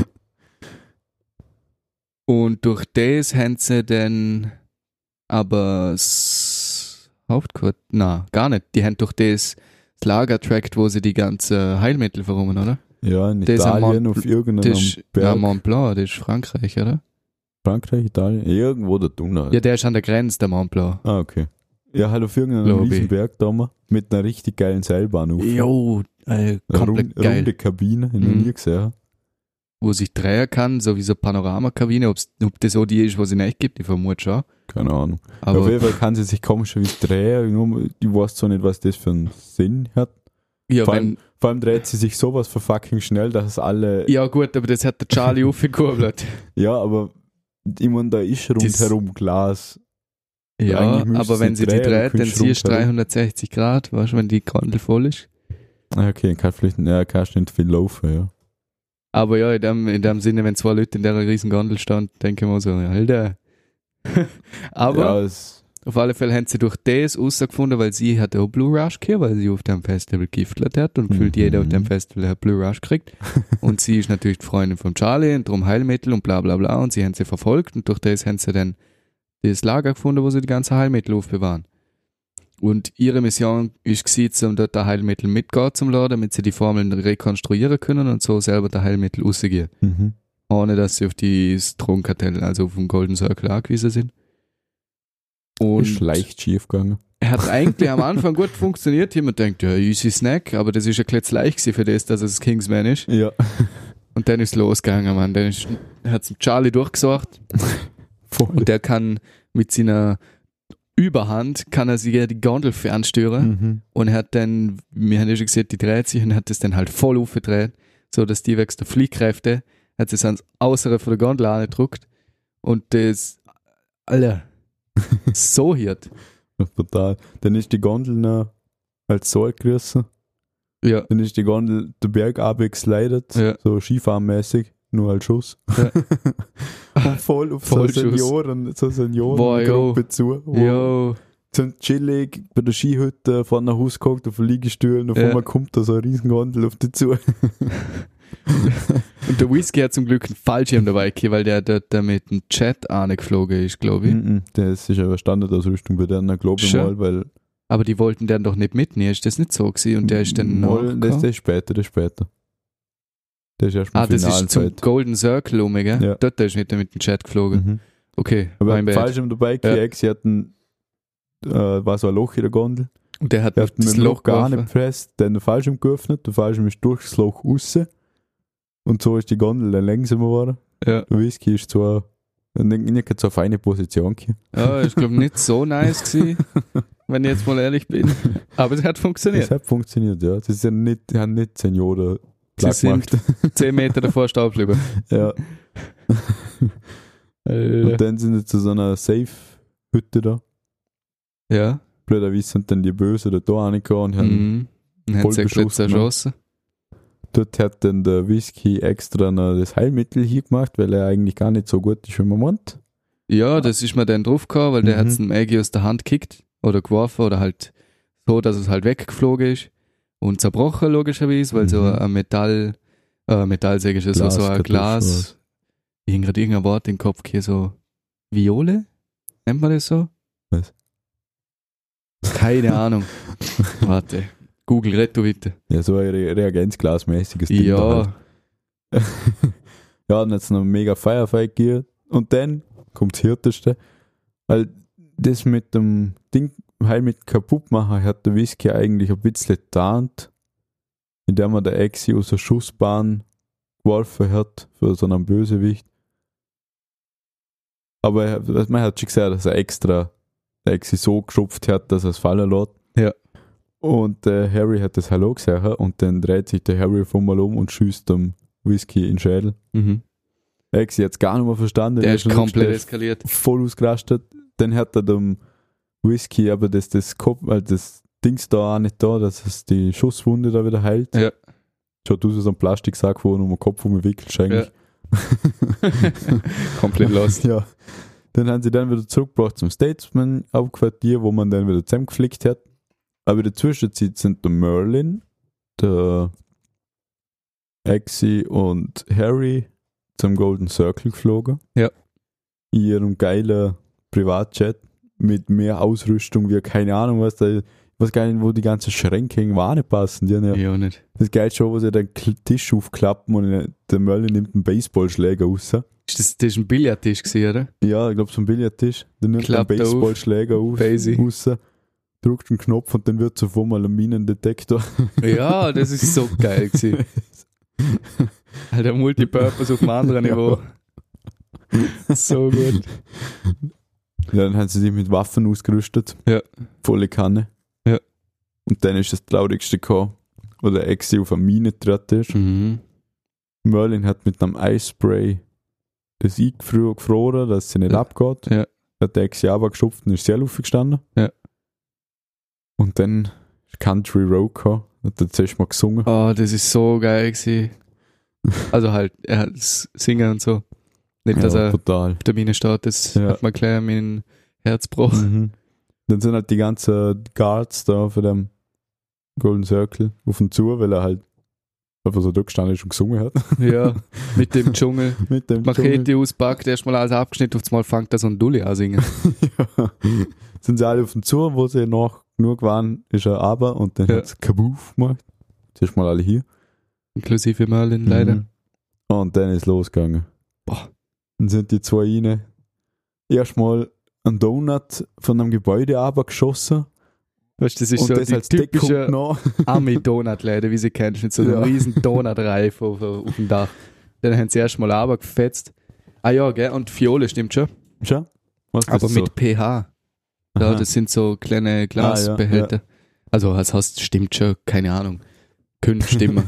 Und durch das haben sie dann aber das Hauptquartier, nein, gar nicht. Die haben durch das das Lager trackt, wo sie die ganzen Heilmittel verrummen, oder? Ja, in Das am Italien Mont- auf irgendeinem Das ist, Berg. ja, Mont Blanc, das ist Frankreich, oder? Frankreich, Italien, irgendwo da drunter. Ja, der ist an der Grenze, der Mont Blanc. Ah, okay. Ja, halt auf irgendeinem Glaub ich. riesen Berg da mal, mit einer richtig geilen Seilbahn auf. Jo, äh, Eine komplett rund, geil. runde Kabine, ich noch Mhm. nie gesehen. Wo sich drehen kann, so wie so Panoramakabine, ob's, ob das so die ist, was es nicht gibt, ich vermute schon. Keine Ahnung. Aber auf jeden Fall kann sie sich komischerweise drehen. Nur, ich weiß zwar nicht, was das für einen Sinn hat. ja, vor, wenn, allem, vor allem dreht sie sich sowas von fucking schnell, dass alle. ja gut, aber das hat der Charlie aufgekurbelt. Ja, aber ich meine, da ist rundherum Glas. Ja, Eigentlich müsste aber wenn sie sie die drehen, dreht, dann kannst du siehst du rundherum. dreihundertsechzig Grad, weißt du, wenn die Gondel voll ist. Ah, okay, kann vielleicht ja, kannst nicht viel laufen, ja. Aber ja, in dem, in dem Sinne, wenn zwei Leute in der riesen Gondel standen, denken wir so, Alter. aber ja, es, auf alle Fälle haben sie durch das herausgefunden, weil sie hat auch Blue Rush gehabt, weil sie auf dem Festival giftet hat und Mhm. gefühlt jeder auf dem Festival hat Blue Rush gekriegt. Und sie ist natürlich die Freundin von Charlie und darum Heilmittel und bla bla bla und sie haben sie verfolgt und durch das haben sie dann das Lager gefunden, wo sie die ganzen Heilmittel aufbewahren. Und ihre Mission ist gewesen, um dort ein Heilmittel mitgehen zu lassen, damit sie die Formeln rekonstruieren können und so selber der Heilmittel rausgehen. mhm. Ohne dass sie auf das Drogenkartell, also auf den Golden Circle angewiesen sind. Und Ist leicht schief gegangen. er hat eigentlich am Anfang gut funktioniert. Jemand denkt, ja, easy Snack, aber das ist ja gleich zu leicht gewesen für das, dass es Kingsman ist. Ja. Und dann ist es losgegangen, Mann. Dann ist, hat es Charlie durchgesucht Voll. und der kann mit seiner Überhand, kann er sich ja die Gondel fernsteuern Mhm. und er hat dann, wir haben ja schon gesehen, die dreht sich und hat das dann halt voll aufgedreht, so dass die wächst der Fliehkräfte, hat es ans Äußere von der Gondel angedruckt und das, Alter, so hiert. Total. Dann ist die Gondel noch als Soll gerissen. Ja, Dann ist die Gondel den Berg abgeslidet, Ja. so Skifahrmäßig, nur als Schuss. Ja. Und voll auf Voll so Schuss. Senioren, so Boah, Seniorengruppe jo. zu. Wo jo, sind chillig bei der Skihütte vor einem Haus geguckt, auf den Liegestühlen, auf Ja. einmal kommt da so eine riesen Gondel auf die zu. und der Whisky hat zum Glück einen Fallschirm dabei gehabt, weil der dort da mit dem Jet angeflogen ist, glaube ich. Mhm, das ist aber Standardausrüstung bei denen, glaube ich Schon? mal, weil Aber die wollten den doch nicht mitnehmen, ist das nicht so gewesen? Und der ist dann noch. mal, das, das ist später, das ist später. Das ist erst mal Ah, das finalen ist zum Zeit. Golden Circle um, gell? Ja. Dort ist nicht mit dem Jet geflogen. Mhm. Okay, Aber mein Bad. falsch dabei, Ja. ja. sie hatten, äh, war so ein Loch in der Gondel. Und der hat Er mit hat mit das dem Loch Loch gar geworfen. nicht gepresst, dann den Fallschirm geöffnet, der Fallschirm ist durchs Loch raus und so ist die Gondel dann langsamer geworden. Ja, Der Whisky ist so eine, nicht so eine feine Position gekommen. ja ist glaube nicht so nice gewesen, wenn ich jetzt mal ehrlich bin. Aber es hat Das funktioniert. hat funktioniert, ja. Das sind nicht, die haben nicht Senioren Sie klar sind gemacht. zehn Meter davor stehen geblieben. Ja. Und dann sind sie zu so einer Safe-Hütte da. Ja. Blöderweise sind dann die Bösen da da reingekommen und haben Mhm. Dann haben voll sie ein beschossen, Glitzer erschossen. dort hat dann der Whisky extra noch das Heilmittel hier gemacht, weil er eigentlich gar nicht so gut ist, wie man meint. Ja, das ist mir dann drauf gekommen, weil der Mhm. hat es dem Maggie aus der Hand gekickt oder geworfen oder halt so, dass es halt weggeflogen ist und zerbrochen logischerweise, weil so Mhm. ein Metall, äh, Metallsäge ist ja so, so ein Glaskartusch Glas, ich hab gerade irgendein Wort im Kopf hier, so Viole? Nennt man das so? Was? Keine Ahnung. Warte, Google, red du bitte. Ja, so ein Re Reagenzglasmäßiges Ding. da Ja, halt. Ja, dann hat es noch einen mega Firefight gegeben. Und dann kommt das Härteste. Weil das mit dem Ding Heilmittel kaputt machen hat der Whisky eigentlich ein bisschen getarnt, indem er der Exi aus der Schussbahn geworfen hat für so einen Bösewicht. Aber er, man hat schon gesagt, dass er extra der Exi so geschupft hat, dass er es fallen lässt. Ja. Und äh, Harry hat das Hallo gesagt und dann dreht sich der Harry von mal um und schießt dem Whisky in den Schädel. mhm. Exi hat es gar nicht mehr verstanden. Der Er ist schon komplett der eskaliert. voll ausgerastet. Dann hat er dem Whisky aber das, das Kopf, weil das Dings da auch nicht da, dass es die Schusswunde da wieder heilt. Ja. Schaut aus wie so ein Plastiksack, wo du um den Kopf umwickelst eigentlich. Ja. Komplett lost. Ja. Dann haben sie dann wieder zurückgebracht zum Statesman-Hauptquartier, wo man dann wieder zusammengeflickt hat. Aber in der Zwischenzeit sind der Merlin, der Exi und Harry zum Golden Circle geflogen. Ja. In ihrem geilen Privatjet mit mehr Ausrüstung wie keine Ahnung was da. Ich weiß gar nicht, wo die ganzen Schränke irgendwo passen. Die haben ja, Ja, nicht. das geil schon, wo sie den K- Tisch aufklappen und der Merlin nimmt einen Baseballschläger raus. Ist das, das ist ein Billardtisch gewesen, oder? Ja, ich glaube so ein Billardtisch. Dann nimmt er einen Klappt auf. Baseballschläger auf, Basie. raus, drückt einen Knopf und dann wird auf einmal ein Minendetektor. Ja, das ist so geil gewesen. Alter, Multipurpose auf einem anderen Niveau. So gut. Ja, dann haben sie sich mit Waffen ausgerüstet. Ja. Volle Kanne. Ja. Und dann ist das Traurigste gekommen, wo der Exi auf eine Mine getreten ist. Mhm. Merlin hat mit einem Eispray das eingefroren, gefroren, dass sie nicht Ja. abgeht. Ja. Hat der Exi runtergeschupft und ist sehr aufgestanden. Ja. Und dann ist Country Road gekommen. Hat er zuerst mal gesungen. Oh, das ist so geil gewesen. Also halt, er hat das Singen und so. Nicht, dass ja, er total. auf der Mine steht, das Ja. hat mir gleich mein Herz gebrochen. Mhm. Dann sind halt die ganzen Guards da von dem Golden Circle auf ihn zu, weil er halt einfach so da gestanden ist und gesungen hat. Ja, mit dem Dschungel. Mit dem Machete auspackt, erstmal alles abgeschnitten, auf einmal fängt er so ein Dulli an singen. ja. Sind sie alle auf ihn zu, wo sie noch genug waren, ist er aber und dann Ja. hat es Kabuff gemacht. Zuerst mal alle hier. Inklusive Merlin, leider. Mhm. Und dann ist losgegangen. Boah. Dann sind die zwei rein. Erstmal ein Donut von einem Gebäude abgeschossen. Weißt du, das ist Und so das die als Deckung typische noch. Army-Donut-Läden, wie sie kennst, mit so einem Ja. riesen Donut-Reif auf, auf dem Dach. Dann haben sie erstmal runtergefetzt. Ah ja, gell, und Fiole stimmt schon. Schau. Was ist Aber das mit so? pH. Ja, Aha. das sind so kleine Glasbehälter. Also, das heißt, stimmt schon, keine Ahnung. Könnte stimmen.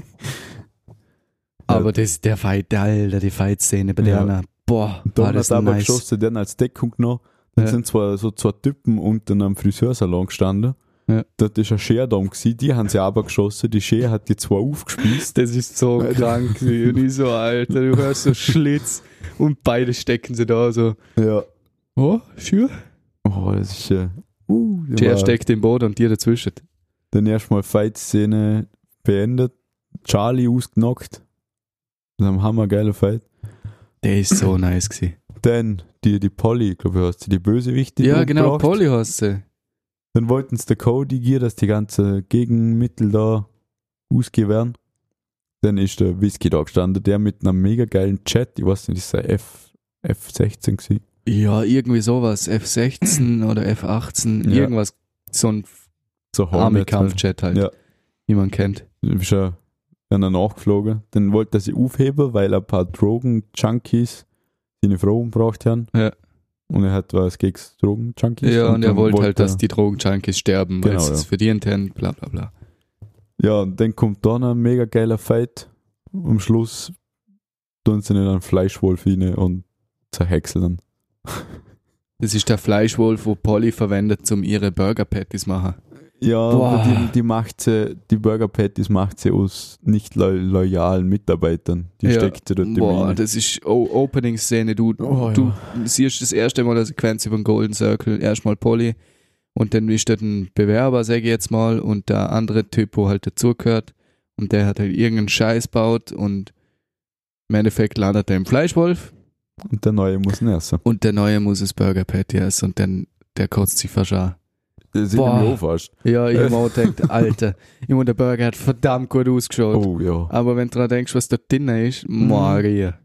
Aber das, der Fight, Alter, die Fight-Szene bei Ja. der, boah, war Donut das aber nice. geschossen, dann als Deckung noch. Dann Ja. sind zwar so zwei Typen unter einem Friseursalon gestanden. Ja. Dort ist ein Scherdaum gewesen, die haben sie aber geschossen. Die Schere hat die zwei aufgespießt. Das ist so Alter. krank gewesen. Und ich so, Alter, du hörst so Schlitz und beide stecken sie da so. Ja. Oh, schür. Oh, das ist ja. Uh, Der war steckt im Boden und dir dazwischen. dann erstmal Fight-Szene beendet. Charlie ausgenockt. Das ist ein hammergeiler Fight. Der ist so nice gewesen. Dann die, die Polly, glaube ich, heißt sie, die Bösewichte. Ja, genau, umgebracht. Polly heißt sie. Dann wollten sie der Cody gehen, dass die ganzen Gegenmittel da ausgehen werden. Dann ist der Whisky da gestanden, der mit einem mega geilen Chat, ich weiß nicht, ist der F, F sechzehn gewesen. Ja, irgendwie sowas. F sechzehn oder F achtzehn, Ja. irgendwas. So ein So Hornet halt. Army-Kampfjet halt, Ja. wie man kennt. Ist er dann nachgeflogen. Dann wollte er sie aufheben, weil ein paar Drogen-Junkies seine Frau umgebracht haben. Ja. Und er hat was gegen Drogen-Junkies. Ja, und er dann wollte halt, er- dass die Drogen-Junkies sterben, weil Genau, sie es ja. verdient haben, bla bla bla. Ja, und dann kommt da noch ein mega geiler Fight. Am Schluss tun sie nicht einen Fleischwolf rein und zerhäckseln ihn. Das ist der Fleischwolf, wo Polly verwendet, um ihre Burger-Patties zu machen. Ja, Boah. aber die, die macht sie, die Burger Patties macht sie aus nicht lo loyalen Mitarbeitern. Die Ja. steckt sie dort Boah, im Mine. das ist oh, Opening-Szene. Du, Oh, du ja. siehst das erste Mal eine Sequenz über den Golden Circle. Erstmal Polly und dann ist dort ein Bewerber, sage ich jetzt mal, und der andere Typ, wo halt dazugehört. Und der hat halt irgendeinen Scheiß baut und im Endeffekt landet er im Fleischwolf Und der Neue muss ihn essen. und der Neue muss das Burger Patty essen und dann der kotzt sich fast an. Das ist Boah. irgendwie auch fast. Ja, ich hab mir auch gedacht, Alter, ich meine, der Burger hat verdammt gut ausgeschaut. Oh ja. Aber wenn du dran denkst, was da drin ist, Maria.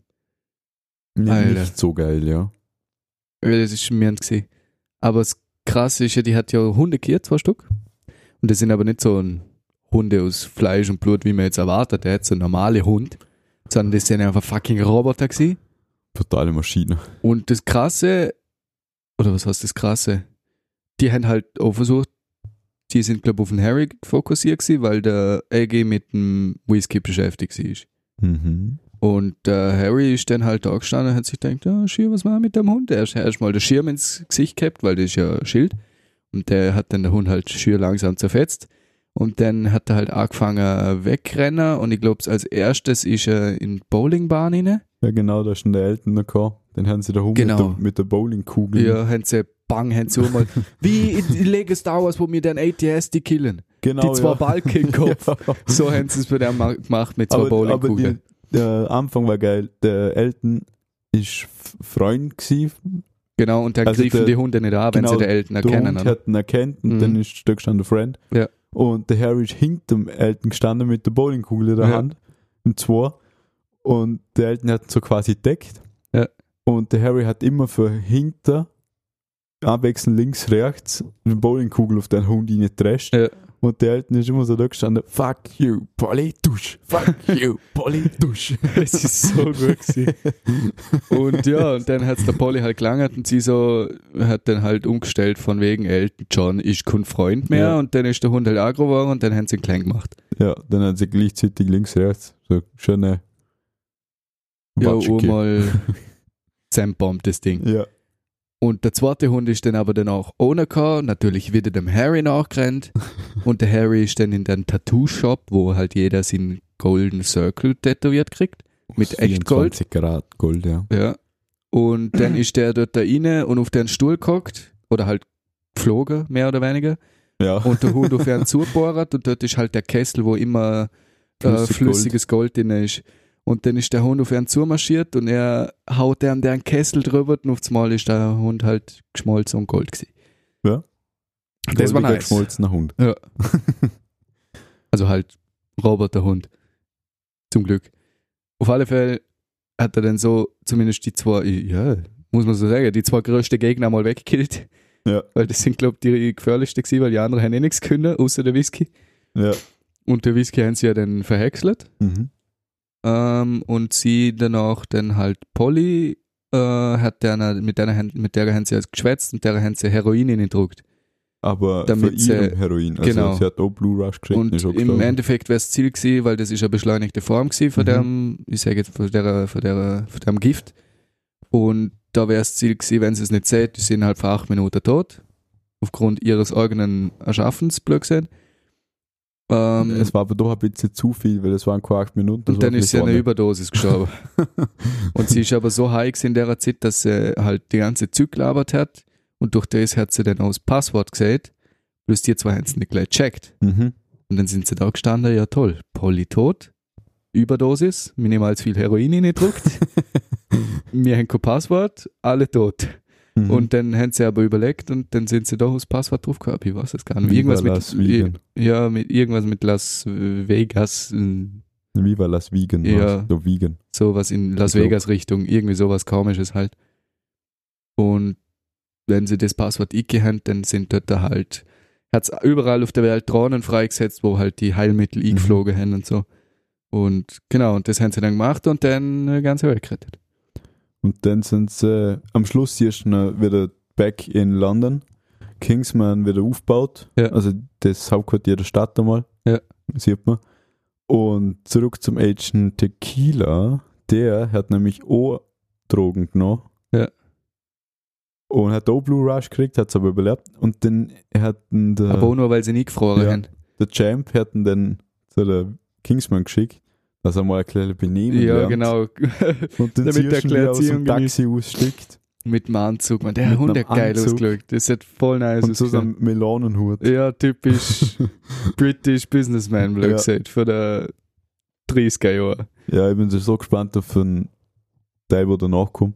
ja Alter. nicht so geil, ja. Ja, das ist schmierend gewesen. Aber das Krasse ist ja, die hat ja Hunde gehabt, zwei Stück. Und das sind aber nicht so ein Hunde aus Fleisch und Blut, wie man jetzt erwartet hätte, so normale Hund, sondern das sind einfach fucking Roboter gewesen. Totale Maschine. Und das Krasse, oder was heißt das Krasse? Die haben halt auch versucht, die sind, glaube ich, auf den Harry fokussiert gewesen, weil der A G mit dem Whisky beschäftigt war. Mhm. Und der Harry ist dann halt da gestanden und hat sich gedacht, ja, Schirm, was machen wir mit dem Hund? Er hat erstmal den Schirm ins Gesicht gehabt, weil das ist ja ein Schild. Und der hat dann der Hund halt schön langsam zerfetzt. Und dann hat er halt angefangen wegrennen und ich glaube, als erstes ist er in die Bowlingbahn rein. Ja, genau, da ist schon der Eltern noch gekommen. Den haben sie da rum Genau. mit der, mit der Bowlingkugel. Ja, haben sie bang, haben sie mal. Wie in Lego Star Wars, wo wir den A T S die killen. Genau, Die zwei ja. Balken im Kopf. Ja. So haben sie es bei dem ma- gemacht mit zwei aber, aber Bowlingkugeln. die, der Anfang war geil. Der Elton ist F- Freund gewesen. Genau, und dann Also greifen der- die Hunde nicht an, wenn genau, sie den Eltern Der erkennen. Hund oder? hat ihn erkannt und Mhm. dann ist da gestanden Friend. Ja. Und der Harry ist hinter dem Elton gestanden mit der Bowlingkugel in der Ja. Hand. Und zwar. Und der Elton hat ihn so quasi deckt. Ja. Und der Harry hat immer für hinter abwechselnd links, rechts eine Bowlingkugel auf den Hund reingedrescht. Ja. Und der Elton ist immer so da gestanden, fuck you, Polly, dusch, fuck you, Polly, dusch. Es ist so gut gewesen. Und ja, und dann hat es der Polly halt gelangert und sie so hat dann halt umgestellt von wegen Elton John ist kein Freund mehr Ja. und dann ist der Hund halt aggro geworden und dann haben sie ihn klein gemacht. Ja, dann hat sie gleichzeitig links, rechts so schöne Ja, Watsche gegeben. einmal zusammenbombt das Ding. Ja, Und der zweite Hund ist dann aber dann auch ohne gehabt, natürlich wieder dem Harry nachgerannt und der Harry ist dann in den Tattoo-Shop, wo halt jeder seinen Golden Circle tätowiert kriegt, mit Echtgold. vierundzwanzig Karat Gold, ja. Ja. Und dann ist der dort da rein und auf den Stuhl gehockt oder halt geflogen, mehr oder weniger. Ja, Und der Hund auf einen zugebohrt und dort ist halt der Kessel, wo immer äh, Flüssig flüssiges Gold drin ist. Und dann ist der Hund auf ihn zumarschiert und er haut dann den Kessel drüber und auf einmal ist der Hund halt geschmolzen und Gold gewesen. Ja. Das war goldiger nice. geschmolzener Hund. Also halt Roboterhund. Zum Glück. Auf alle Fälle hat er dann so zumindest die zwei, ja, muss man so sagen, die zwei größten Gegner mal weggekillt. Ja. Weil das sind, glaube ich, die gefährlichsten gewesen, weil die anderen haben eh nichts können, außer der Whisky. Ja. Und der Whisky haben sie ja dann verhäckselt. Mhm. Ähm, und sie danach dann halt Polly äh, hat der, mit, der, mit der haben sie jetzt geschwätzt und der haben sie Heroin reingedruckt. Aber Damit für ihrem sie- Heroin. Also genau. sie hat auch Blue Rush gekriegt. Und ist auch im gestorben. Endeffekt wäre das Ziel gewesen, weil das ist eine beschleunigte Form gewesen von Mhm. dem, ich sage jetzt von der, von der, von dem Gift. Und da wäre das Ziel gewesen, wenn sie es nicht seht, die sind innerhalb von acht Minuten tot. Aufgrund ihres eigenen Erschaffens, blöd gesagt. Ähm, Es war aber doch ein bisschen zu viel, weil es waren keine acht Minuten. das und war dann ist sie an eine einer Überdosis gestorben. Und sie ist aber so high gewesen in der Zeit, dass sie halt die ganze Zeit gelabert hat. Und durch das hat sie dann auch das Passwort gesagt. Bloß die zwei haben es nicht gleich gecheckt. Mhm. Und dann sind sie da gestanden, ja toll, Polly tot, Überdosis, minimal zu viel Heroin reingedruckt, wir haben kein Passwort, alle tot. Mhm. Und dann haben sie aber überlegt und dann sind sie doch das Passwort drauf gehabt, ich weiß es gar nicht. Viva Irgendwas Las mit, Vegan. ja, mit irgendwas mit Las Vegas, äh, Viva Las Vegan. Ja. war's. So Vegan. sowas in Las Ich glaub. Vegas Richtung, irgendwie sowas Komisches halt. Und wenn sie das Passwort eingegeben haben, dann sind dort da halt, hat es überall auf der Welt Drohnen freigesetzt, wo halt die Heilmittel eingeflogen haben und so. Und genau, und das haben sie dann gemacht und dann eine ganze Welt gerettet. Und dann sind sie äh, am Schluss erst noch wieder back in London. Kingsman wieder aufgebaut. Ja. Also das Hauptquartier der Stadt einmal. Ja. Sieht man. Und zurück zum Agent Tequila. Der hat nämlich auch Drogen genommen. Ja. Und hat auch Blue Rush gekriegt, hat es aber überlebt. Und dann hat ihn der, Aber auch nur, weil sie nie gefroren Ja. haben. der Champ hat ihn dann zu der Kingsman geschickt, dass er mal ein kleines Benehmen Ja, lernt. genau. Und dann Damit siehst der du, wie er aus dem Erziehung Taxi aussteigt. Mit dem Anzug. Man, der Mit Hund einem hat geil Anzug. ausgeschaut. Das hat voll nice Und so ausgeschaut. ein Melonenhut. Ja, typisch British Businessman, blöd Ja. gesagt, für der dreißiger Jahre. Ja, ich bin so gespannt auf den Teil, der danach kommt.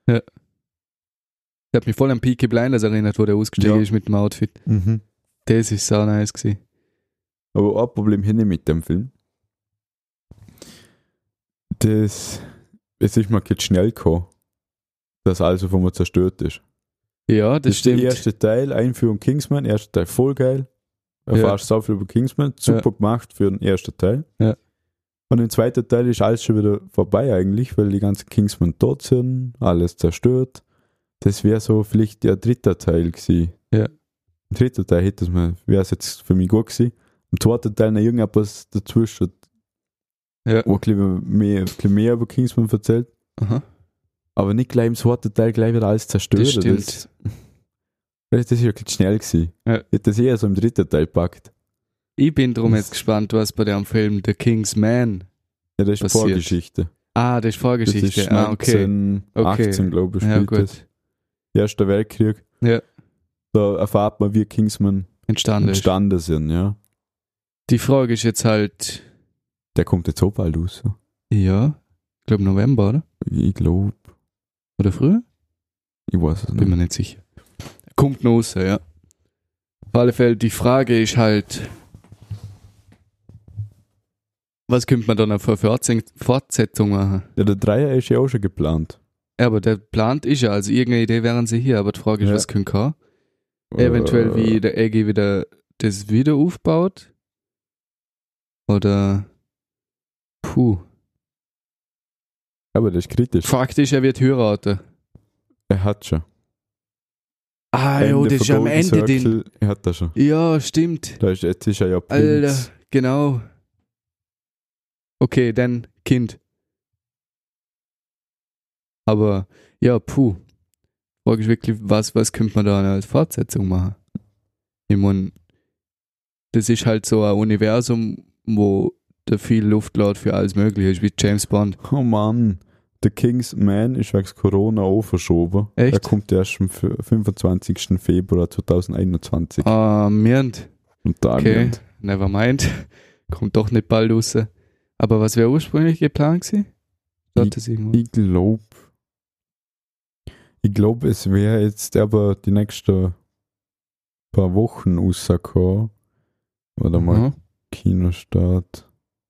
Der hat mich voll an Peaky Blinders erinnert, wo der ausgestiegen Ja. ist mit dem Outfit. Mhm. Das ist so nice gewesen. Aber ein Problem hier nicht mit dem Film. Das, es ist mir jetzt schnell gekommen, dass alles auf einmal zerstört ist. Ja, das, Das ist stimmt. der erste Teil, Einführung Kingsman, erster Teil voll geil. Erfahrst so viel über Kingsman, super gemacht für den ersten Teil. Ja. Und im zweiten Teil ist alles schon wieder vorbei eigentlich, weil die ganzen Kingsman tot sind, alles zerstört. Das wäre so vielleicht der dritte Teil gewesen. Ja. Im dritten Teil hätte es mir, wäre es jetzt für mich gut gewesen. Im zweiten Teil noch irgendetwas dazwischen, Ja. wo ein bisschen mehr, ein bisschen mehr über Kingsman erzählt. Aha. Aber nicht gleich im zweiten Teil gleich wieder alles zerstört. Das stimmt. Das ist wirklich schnell gewesen. Ja. Ich hätte das eher so im dritten Teil gepackt. Ich bin drum jetzt gespannt, was bei dem Film The King's Man. Ja, das ist passiert. Vorgeschichte. Ah, das ist Vorgeschichte. Das ist ah, okay. neunzehnhundertachtzehn, Okay. glaube ich, Ja, spielt gut. das. Erster Weltkrieg. Ja, Da erfahrt man, wie Kingsman entstanden ist. entstanden sind, ja. Die Frage ist jetzt halt, Der kommt jetzt so bald raus. ja, ich glaube November, oder? Ich glaube, Oder früher? ich weiß es Bin mir nicht. nicht sicher. Kommt noch raus, ja. Auf alle Fälle, die Frage ist halt, was könnte man dann für Fortse- Fortsetzung machen? Ja, der Dreier ist ja auch schon geplant. Ja, aber der plant ist ja, also irgendeine Idee wären sie hier, aber die Frage ist, Ja. was können kann? Eventuell Äh, wie der Eggy wieder das wieder aufbaut? Oder puh. Aber das ist kritisch. Fakt ist, er wird heiraten. Er hat schon. Ah, ja, Ende das ist von am Golden Ende den. Circle, Er hat das schon. Ja, stimmt. Da ist, jetzt ist er ja Alter, Prinz. genau. Okay, dann Kind. Aber ja, puh. Frage ist wirklich, was, was könnte man da als Fortsetzung machen? Ich meine, das ist halt so ein Universum, wo da viel Luft lässt für alles Mögliche ist, wie James Bond. Oh Mann. The King's Man ist wegen Corona auch verschoben. Echt? Er kommt erst am f- fünfundzwanzigsten Februar zweitausendeinundzwanzig. Ah, Mirnd. Und da Okay, never mind. Kommt doch nicht bald raus. Aber was wäre ursprünglich geplant gewesen? Steht das irgendwo? Ich glaube, ich glaube, es wäre jetzt aber die nächsten paar Wochen rausgekommen. Warte mal, Aha. Kinostart.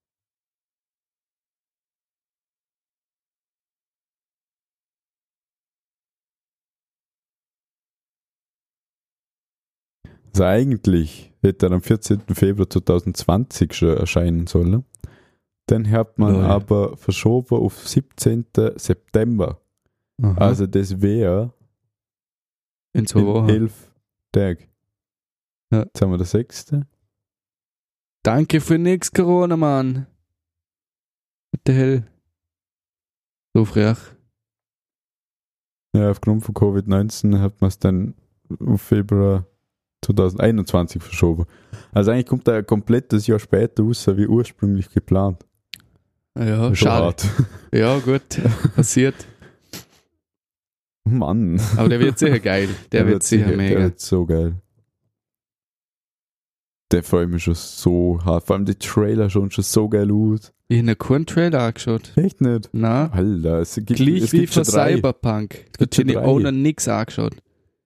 Also eigentlich hätte er am vierzehnten Februar zweitausendzwanzig schon erscheinen sollen. Dann hat man Lol. aber verschoben auf siebzehnten September. Aha. Also das wäre in zwei in Wochen. elf Tagen. Ja. Jetzt haben wir den sechsten. Danke für nix, Corona, Mann. What the hell? So frech. Ja, aufgrund von Covid neunzehn hat man es dann auf Februar zweitausendeinundzwanzig verschoben. Also eigentlich kommt er ein komplettes Jahr später raus, wie ursprünglich geplant. Ja, Schon schade. hart. Ja, gut. Passiert. Mann. Aber der wird sicher geil. Der, wird sicher Der mega. wird so geil. Der freut mich schon so hart. Vor allem die Trailer schauen schon so geil aus. Ich habe keinen Trailer angeschaut. Echt nicht? Na, Alter, es gibt, gleich es wie gibt für schon drei. Cyberpunk. gibt Da schon habe ich drei. auch noch nichts angeschaut.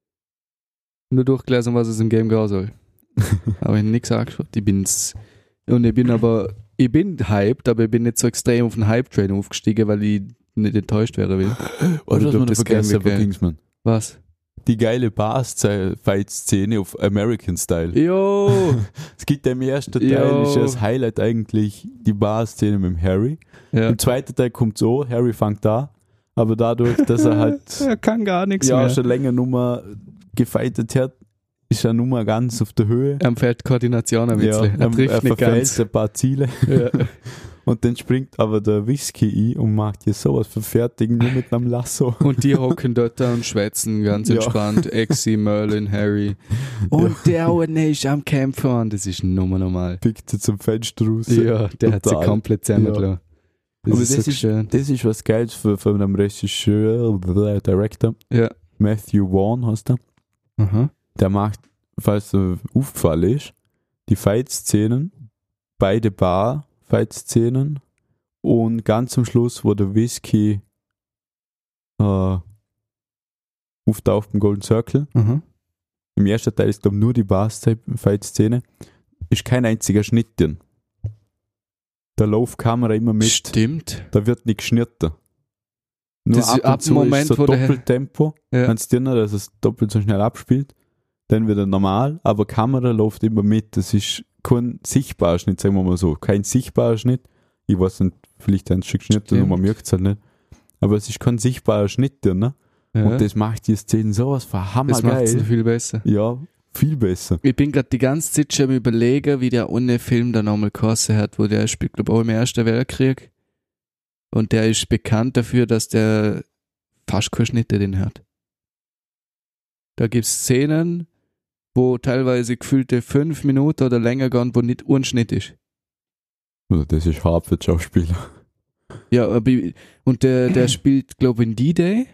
Nur durchgelesen, was es im Game gehen soll. Aber ich habe nichts angeschaut. Ich bin's. Und ich bin aber, ich bin hyped, aber ich bin nicht so extrem auf den Hype-Train aufgestiegen, weil ich nicht enttäuscht werden will. Was Oder hat durch man das vergessen Game von geil. Kingsman? Was? Die geile Bars-Fight-Szene auf American-Style. Jo! Es gibt ja im ersten Teil, Jo. ist ja das Highlight eigentlich die Bar-Szene mit dem Harry. Ja. Im zweiten Teil kommt so, Harry fängt da, aber dadurch, dass er halt Er kann gar nichts ja mehr. schon länger Nummer gefightet hat, ist er Nummer ganz auf der Höhe. Er fällt Koordination ein Ja, bisschen. er, er trifft er nicht verfehlt ganz. ein paar Ziele. Ja. Und dann springt aber der Whisky ein und macht hier sowas verfertigen, nur mit einem Lasso. Und die hocken dort da und schwätzen ganz Ja. entspannt. Exi, Merlin, Harry. Und der eine ist am Kämpfen. Das ist Nummer normal. Pickt sie zum Fenster raus. Ja, der hat sie Total. komplett zusammengelassen. Ja. Das Aber ist das so ist, schön. das ist was Geiles für, für einen Regisseur, äh, Director. Ja. Matthew Vaughn heißt er. Aha. Der macht, falls er aufgefallen ist, die Fight-Szenen, beide Bar-Fight-Szenen und ganz zum Schluss, wo der Whisky äh, auftaucht im Golden Circle. Aha. Im ersten Teil ist, glaube ich, nur die Bar-Fight-Szene. Ist kein einziger Schnitt drin. Da läuft die Kamera immer mit. Stimmt. Da wird nicht geschnitten. Nur Das ist ab und ab dem zu Moment, ist so wo der- Doppeltempo. Ja. Ganz drin, dass es doppelt so schnell abspielt. Dann wieder normal, aber Kamera läuft immer mit. Das ist kein sichtbarer Schnitt, sagen wir mal so. Kein sichtbarer Schnitt. Ich weiß nicht, vielleicht ein Stück Schnitt, Stimmt. und man merkt es halt nicht. Aber es ist kein sichtbarer Schnitt drin. Ne? Ja. Und das macht die Szenen sowas Das verhammergeil. macht es viel besser. Ja, viel besser. Ich bin gerade die ganze Zeit schon am überlegen, wie der ohne Film da nochmal gekostet hat, wo der spielt, glaube ich, auch im Ersten Weltkrieg. Und der ist bekannt dafür, dass der fast keine Schnitte den hat. Da gibt es Szenen, wo teilweise gefühlte fünf Minuten oder länger gehen, wo nicht ein Schnitt ist. Also das ist hart für die Schauspieler. Ja, aber, und der, der spielt, glaube ich, in D-Day.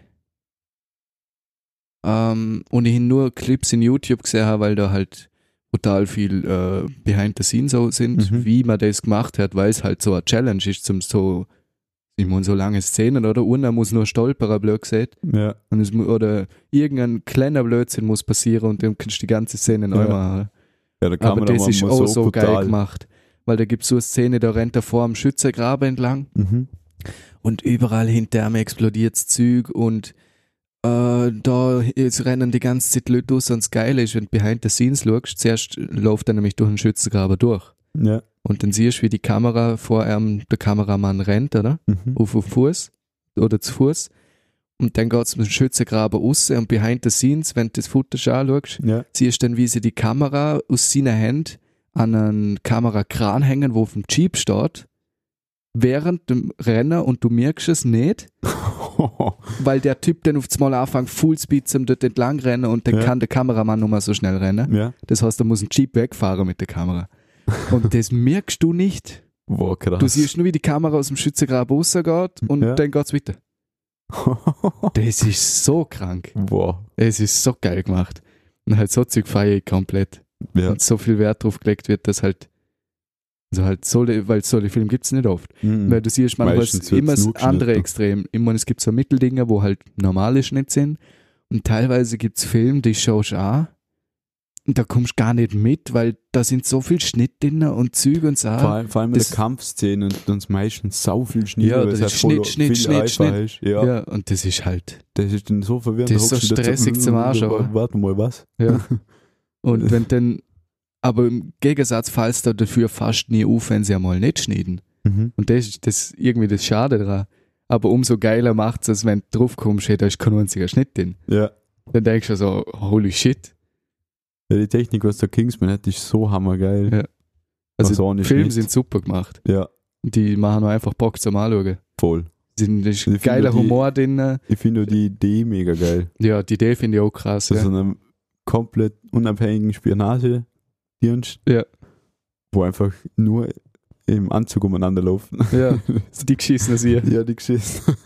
Ähm, und ich nur Clips in YouTube gesehen habe, weil da halt total viel äh, Behind the Scenes so sind, Mhm. wie man das gemacht hat, weil es halt so eine Challenge ist, zum so, ich meine, so lange Szenen, oder? Einer muss nur stolpern, blöd gesagt. Ja. Und es, mu- oder irgendein kleiner Blödsinn muss passieren und dann kannst du die ganze Szene neu Ja. machen. Ja, da Aber das ist mal auch so geil brutal. gemacht. Weil da gibt es so eine Szene, da rennt er vor am Schützengraben entlang Mhm. und überall hinter ihm explodiert das Zeug und äh, da jetzt rennen die ganze Zeit Leute aus und das Geile ist, wenn du behind the scenes schaust, zuerst läuft er nämlich durch den Schützengraben durch Ja. und dann siehst du, wie die Kamera vor ihm, der Kameramann rennt, oder? Mhm. Auf den Fuß oder zu Fuß und dann geht es mit dem Schützengraben raus und behind the scenes, wenn du das Footage anschaust, Ja. siehst du dann, wie sie die Kamera aus seiner Hand an einen Kamerakran hängen, wo auf dem Jeep steht, während dem Rennen und du merkst es nicht, weil der Typ dann auf einmal anfängt, Fullspeed zum dort entlang rennen und dann Ja. kann der Kameramann nur mal so schnell rennen. Ja. Das heißt, da muss ein Jeep wegfahren mit der Kamera. Und das merkst du nicht. Boah, krass. Du siehst nur, wie die Kamera aus dem Schützengraben rausgeht und Ja. dann geht's weiter. Das ist so krank. Boah. Es ist so geil gemacht. Und halt so Zeug feiere ich komplett. Ja. Und so viel Wert drauf gelegt wird, dass halt, also halt so, weil solche Filme gibt es nicht oft. Mhm. Weil du siehst manchmal Meistens wird's immer das nur andere geschnitten. Extrem. Ich meine, es gibt so Mitteldinger, wo halt normale Schnitt sind und teilweise gibt es Filme, die schaust du an und da kommst du gar nicht mit, weil da sind so viel Schnitt drin und Züge und so. Vor allem, vor allem in das- der Kampfszene und uns meistens sau viel Schnitt. Ja, weil das es ist halt Schnitt, voll Schnitt, viel Schnitt, einfacher Schnitt. Ist. Ja. Ja, und das ist halt, Das ist dann so verwirrend. Das ist Da so hockst du da stressig zum Anschauen. Warte mal, was? ja. Und wenn dann, aber im Gegensatz fällst du dafür fast nie auf, wenn sie einmal nicht schneiden. Mhm. Und das ist das, irgendwie das Schade daran. Aber umso geiler macht es, wenn du drauf kommst, hey, da ist kein einziger Schnitt drin. Ja. Dann denkst du so, holy shit. Ja, die Technik, was der Kingsman hat, ist so hammergeil. Ja. Also Was auch die nicht Filme Schnitt. sind super gemacht. Ja, Die machen nur einfach Bock zum Anschauen. voll. Sind ist Ich finde geiler die- Humor drin. Ich finde die Idee mega geil. Ja, die Idee finde ich auch krass. So Ja. einem komplett unabhängigen Spionagedienst, Ja. wo einfach nur im Anzug umeinander laufen. ja, die geschissen hier. Ja, die Geschichte.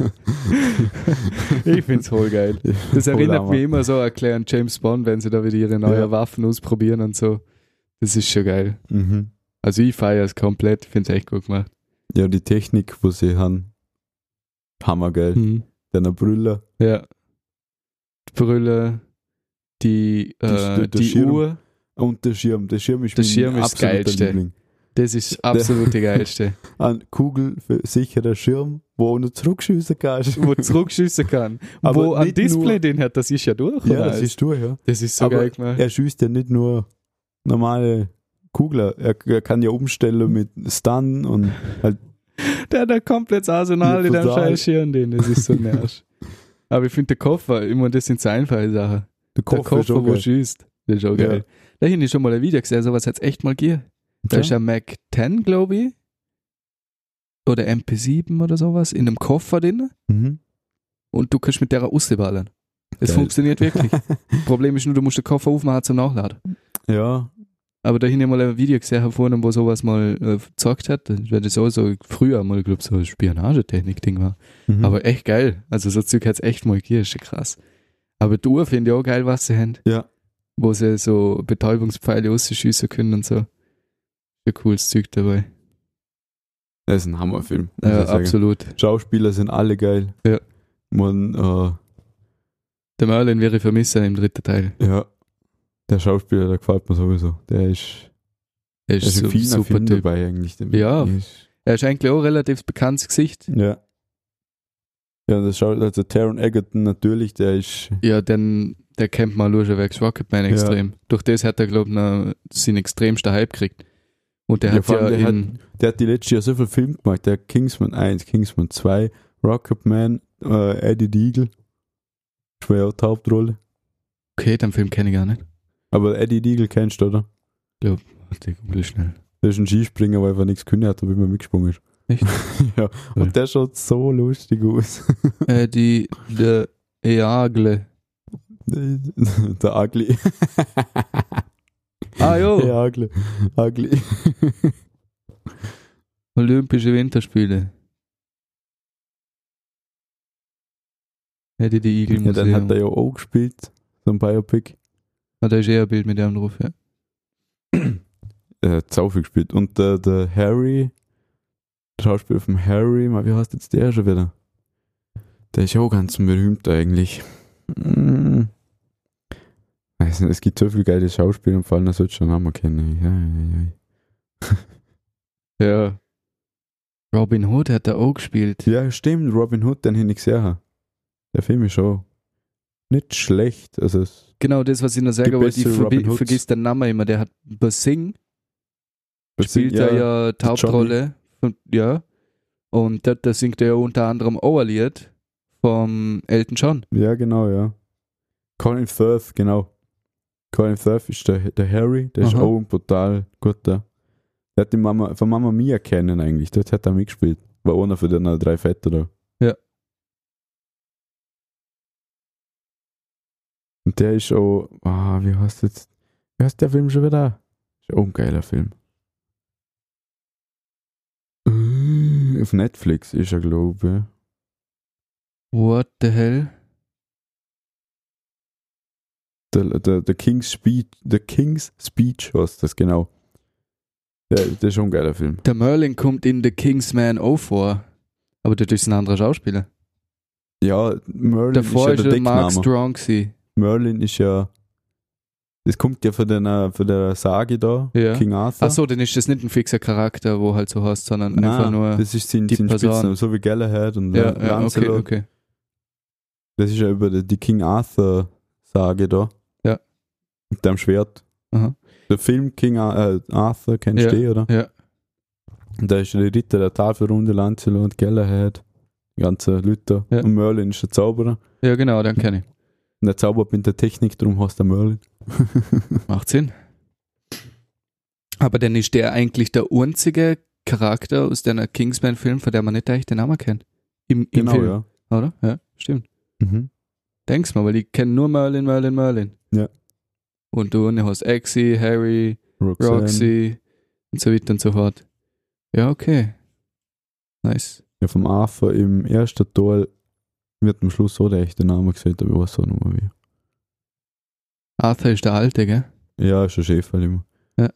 Ich finde es voll geil. Das Voll erinnert Hammer. mich immer so an Claire und James Bond, wenn sie da wieder ihre neuen Ja. Waffen ausprobieren und so. Das ist schon geil. Mhm. Also ich feiere es komplett, finde es echt gut gemacht. Ja, die Technik, wo sie haben, hammergeil. Mhm. Der Brüller, Ja. Die Brille, die, äh, der die Schirm. Uhr, und der Schirm. Der Schirm ist Der mein Schirm ist das absoluter Geilste. Liebling. das ist absolut die geilste. Ein kugelsicherer Schirm, wo du zurückschießen kannst. Wo zurückschießen kann. Aber Wo ein nicht Display nur- den hat, das ist ja durch. Ja, oder? das ist durch, ja. das ist so Aber geil gemacht. Er schießt ja nicht nur normale Kugler, er, er kann ja umstellen mit Stun und halt, Der hat ein komplettes Arsenal Ja, in dem total. scheiß Schirm, den, das ist so nervig. Aber ich finde der Koffer, immer das sind so einfache Sachen. der Der Koffer, ist Koffer, auch wo geil. schießt, das ist auch Ja. geil. Da hinten ist schon mal ein Video gesehen, sowas hat es echt mal gegeben. Da ist Ja. ein Mac zehn, glaube ich. Oder M P sieben oder sowas in einem Koffer drin Mhm. und du kannst mit der rausballern. Das Geil. funktioniert wirklich. Problem ist nur, du musst den Koffer aufmachen zum Nachladen. Ja, Aber da hinten mal ein Video gesehen habe von einem, wo sowas mal äh, gezeigt hat. Das wäre das auch so früher mal, glaube ich, so ein Spionagetechnik-Ding war. mhm. Aber echt geil. Also so Zeug hat es echt mal gegeben, ist schon krass. Aber die Uhr finde ich auch geil, was sie haben. ja, Wo sie so Betäubungspfeile rausschießen können und so. Ein cooles Zeug dabei. das ist ein Hammerfilm. muss Ja, ich sagen. absolut. Schauspieler sind alle geil. Ja. Man, äh, Der Merlin wäre vermissen im dritten Teil. ja, der Schauspieler, der gefällt mir sowieso. Der ist, Er der ist ist ein so, feiner super Film Typ. dabei eigentlich. Der Ja. ist, Er ist eigentlich auch ein relativ bekanntes Gesicht. ja. Ja, das schaut, also Taron Egerton natürlich, der ist, Ja, denn der kennt mal nur schon wegen Rocketman Ja. extrem. Durch das hat er, glaube ich, noch seinen extremsten Hype gekriegt. Und der Ja, hat vor ja allem, der in, der hat die letztes Jahr so viel Film gemacht. Der hat Kingsman eins, Kingsman zwei, Rocketman, äh, Eddie Deagle. Das war ja auch die Hauptrolle. okay, den Film kenne ich gar nicht. Aber Eddie Deagle kennst du, oder? Warte, ich google schnell. Der ist ein Skispringer, weil er einfach nichts können hat, aber immer mitgesprungen ist. Echt? Ja, und Ja. der schaut so lustig aus. äh, die, der Eagle. Der Ugly. Ah, jo. Ja, Ugly. Ugly. Olympische Winterspiele. Hätte die Igel Ja, dann hat er ja auch gespielt, so ein Biopic. Hat er eher ein Bild mit dem drauf, ja. Er hat sau viel gespielt. Und der, der Harry, der Schauspieler von Harry, wie heißt jetzt der schon wieder? Der ist auch ganz berühmt eigentlich. Hm. Weiß nicht, es gibt so viele geile Schauspieler und vor allem, das sollte schon Namen kennen. Ja, ja, ja. Ja. Robin Hood hat er auch gespielt. Ja, stimmt, Robin Hood, den ich nicht gesehen. Der Film ist schon nicht schlecht. Also es Genau, das, was ich noch sagen Die wollte, ich beste Robin verbi- Hoods. vergiss den Namen immer, der hat bei Sing Basing, spielt er ja die der Hauptrolle. Von, ja. Und da, da singt er ja unter anderem auch ein Lied vom Elton John. Ja, genau, ja. Colin Firth, genau. Colin Firth ist der, der Harry, der ist Aha. auch ein brutal guter. Der hat die Mama, von Mama Mia kennen eigentlich, dort hat er mitgespielt. War einer von den drei Väter da. Ja. Und der ist auch, ah, wie heißt jetzt, wie heißt der Film schon wieder? Ist auch ein geiler Film. Äh, Auf Netflix ist er, glaube ich. What the hell? Der, der, der King's Speech, der King's Speech heißt das, genau. Der, der ist schon ein geiler Film. Der Merlin kommt in The Kingsman auch vor. Aber das ist ein anderer Schauspieler. Ja, Merlin Davor ist ist ja der er Mark Deckname. Strong gewesen. Merlin ist ja, das kommt ja von der, von der Sage da, Ja. King Arthur. Achso, dann ist das nicht ein fixer Charakter, wo halt so heißt, sondern Nein, einfach nur. das ist sein, die sein Person. Spitzname, so wie Galahad und Ja, ja, ja, okay, Lancelot. okay. Das ist ja über die, die King Arthur Sage da. Ja. Mit dem Schwert. Aha. Der Film King Ar- äh, Arthur, kennst du Ja, den, oder? ja. Und da ist der Ritter der Tafelrunde, Lancelot und Galahad. Die ganzen Leute. Ja. Und Merlin ist der Zauberer. Ja, genau, dann kenne ich. Und der zaubert mit der Technik, darum heißt der Merlin. Macht Sinn. Aber dann ist der eigentlich der einzige Charakter aus deiner Kingsman-Film, von der man nicht echt den Namen kennt. Im, im Genau, Film, ja. oder? Ja, stimmt. Mhm. Denkst mal, weil ich kenne nur Merlin, Merlin, Merlin. Ja. Und du hast Exy, Harry, Roxanne. Roxy und so weiter und so fort. Ja, okay. Nice. Ja, vom Arthur im ersten Teil wird am Schluss so der echte Name gesagt, aber ich weiß auch nicht mehr wie. Arthur ist der Alte, gell? Ja, ist ein Chef halt immer. Ja.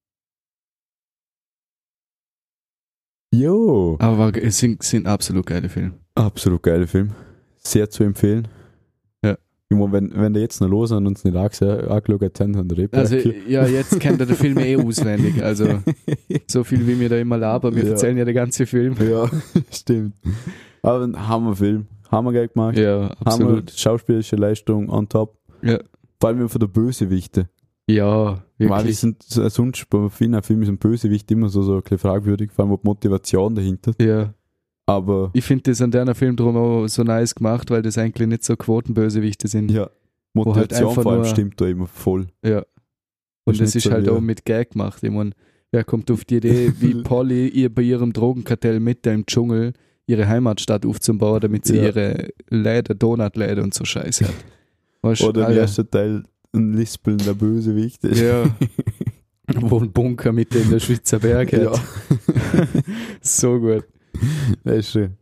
Jo! Aber es sind, sind absolut geile Filme. Absolut geiler Film. Sehr zu empfehlen. Ja. Ich meine, wenn, wenn der jetzt noch los und uns nicht angesehen- angeschaut haben, haben wir Also, ja, jetzt kennt er den Film eh auswendig. Also, so viel wie wir da immer labern. Wir Ja. erzählen ja den ganzen Film. Ja, stimmt. Aber ein Hammerfilm. Hammergeil gemacht. Ja, Hammer, absolut. schauspielerische Leistung on top. Ja. Vor allem von der Bösewichte. Ja, Weil die wirklich. sind so- sonst bei vielen Filmen sind Bösewichte immer so, so ein bisschen fragwürdig, vor allem die Motivation dahinter. Ja. Aber Ich finde das an der Film drum auch so nice gemacht, weil das eigentlich nicht so Quotenbösewichte sind. ja, Wo halt Motivation einfach vor allem nur- stimmt da immer voll. Ja. Und ist das nicht ist so halt wie- auch mit Gag gemacht. Ich mein, wer kommt auf die Idee, wie Polly ihr bei ihrem Drogenkartell mit im Dschungel ihre Heimatstadt aufzubauen, damit sie Ja. ihre Läden, Donutläden und so Scheiße hat. Weißt du, Oder im Alter, ersten Teil ein lispelnder Bösewicht ist. ja, wo ein Bunker mitten in der Schweizer Berg hat. Ja. So gut. Das ist schön.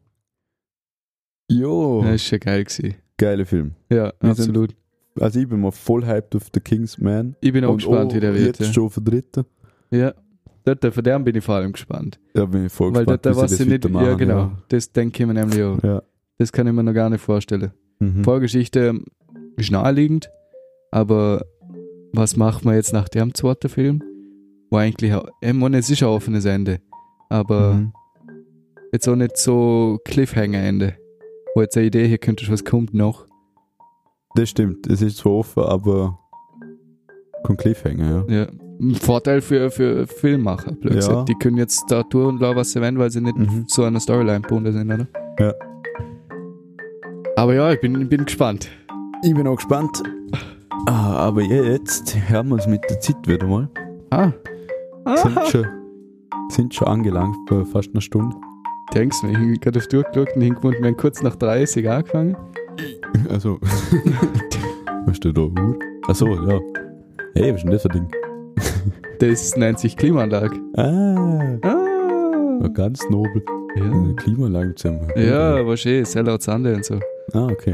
Jo, Das ist schon geil gewesen. geiler Film. Ja, Wir sind- absolut. Also ich bin mal voll hyped auf The Kingsman. Ich bin auch Und gespannt, auch wie der wird. jetzt Ja. schon von dritten. ja. Dort, von dem bin ich vor allem gespannt. Da bin ich voll Weil gespannt, dort, da wie weiß sie ich das nicht, weitermachen. ja genau, das denke ich mir nämlich auch. Ja. Das kann ich mir noch gar nicht vorstellen. Mhm. Vorgeschichte ist naheliegend, aber was macht man jetzt nach dem zweiten Film? Wo eigentlich, auch- ich meine, es ist ein offenes Ende, aber Mhm. jetzt auch nicht so Cliffhanger-Ende. Wo jetzt eine Idee, hier könnte was kommt noch. Das stimmt, es ist zwar offen, aber kein Cliffhanger, ja. Ja. Ein Vorteil für, für Filmmacher, blöd Ja. gesagt. Die können jetzt da tun und lassen, was sie wollen, weil sie nicht Mhm. so einer Storyline gebunden sind, oder? Ja. Aber ja, ich bin, bin gespannt. Ich bin auch gespannt. Ah, aber jetzt hören wir uns mit der Zeit wieder mal. Ah. Sind schon, sind schon angelangt bei fast einer Stunde. Denkst du mir, ich habe gerade auf die Uhr geschaut und hingewohnt, wir haben kurz nach dreißig angefangen. Also, Was steht da? Uhr? Achso, ja. Hey, was ist denn das für ein Ding? Das nennt sich Klimaanlage. Ah, Ah. ganz nobel. Ja, Eine Klimaanlage zusammen. ja war schön, sehr laut Sande und so. Ah, okay.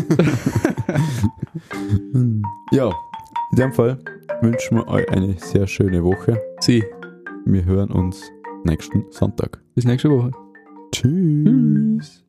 Ja, in dem Fall wünschen wir euch eine sehr schöne Woche. Sie, Wir hören uns nächsten Sonntag. bis nächste Woche. Tschüss. Tschüss.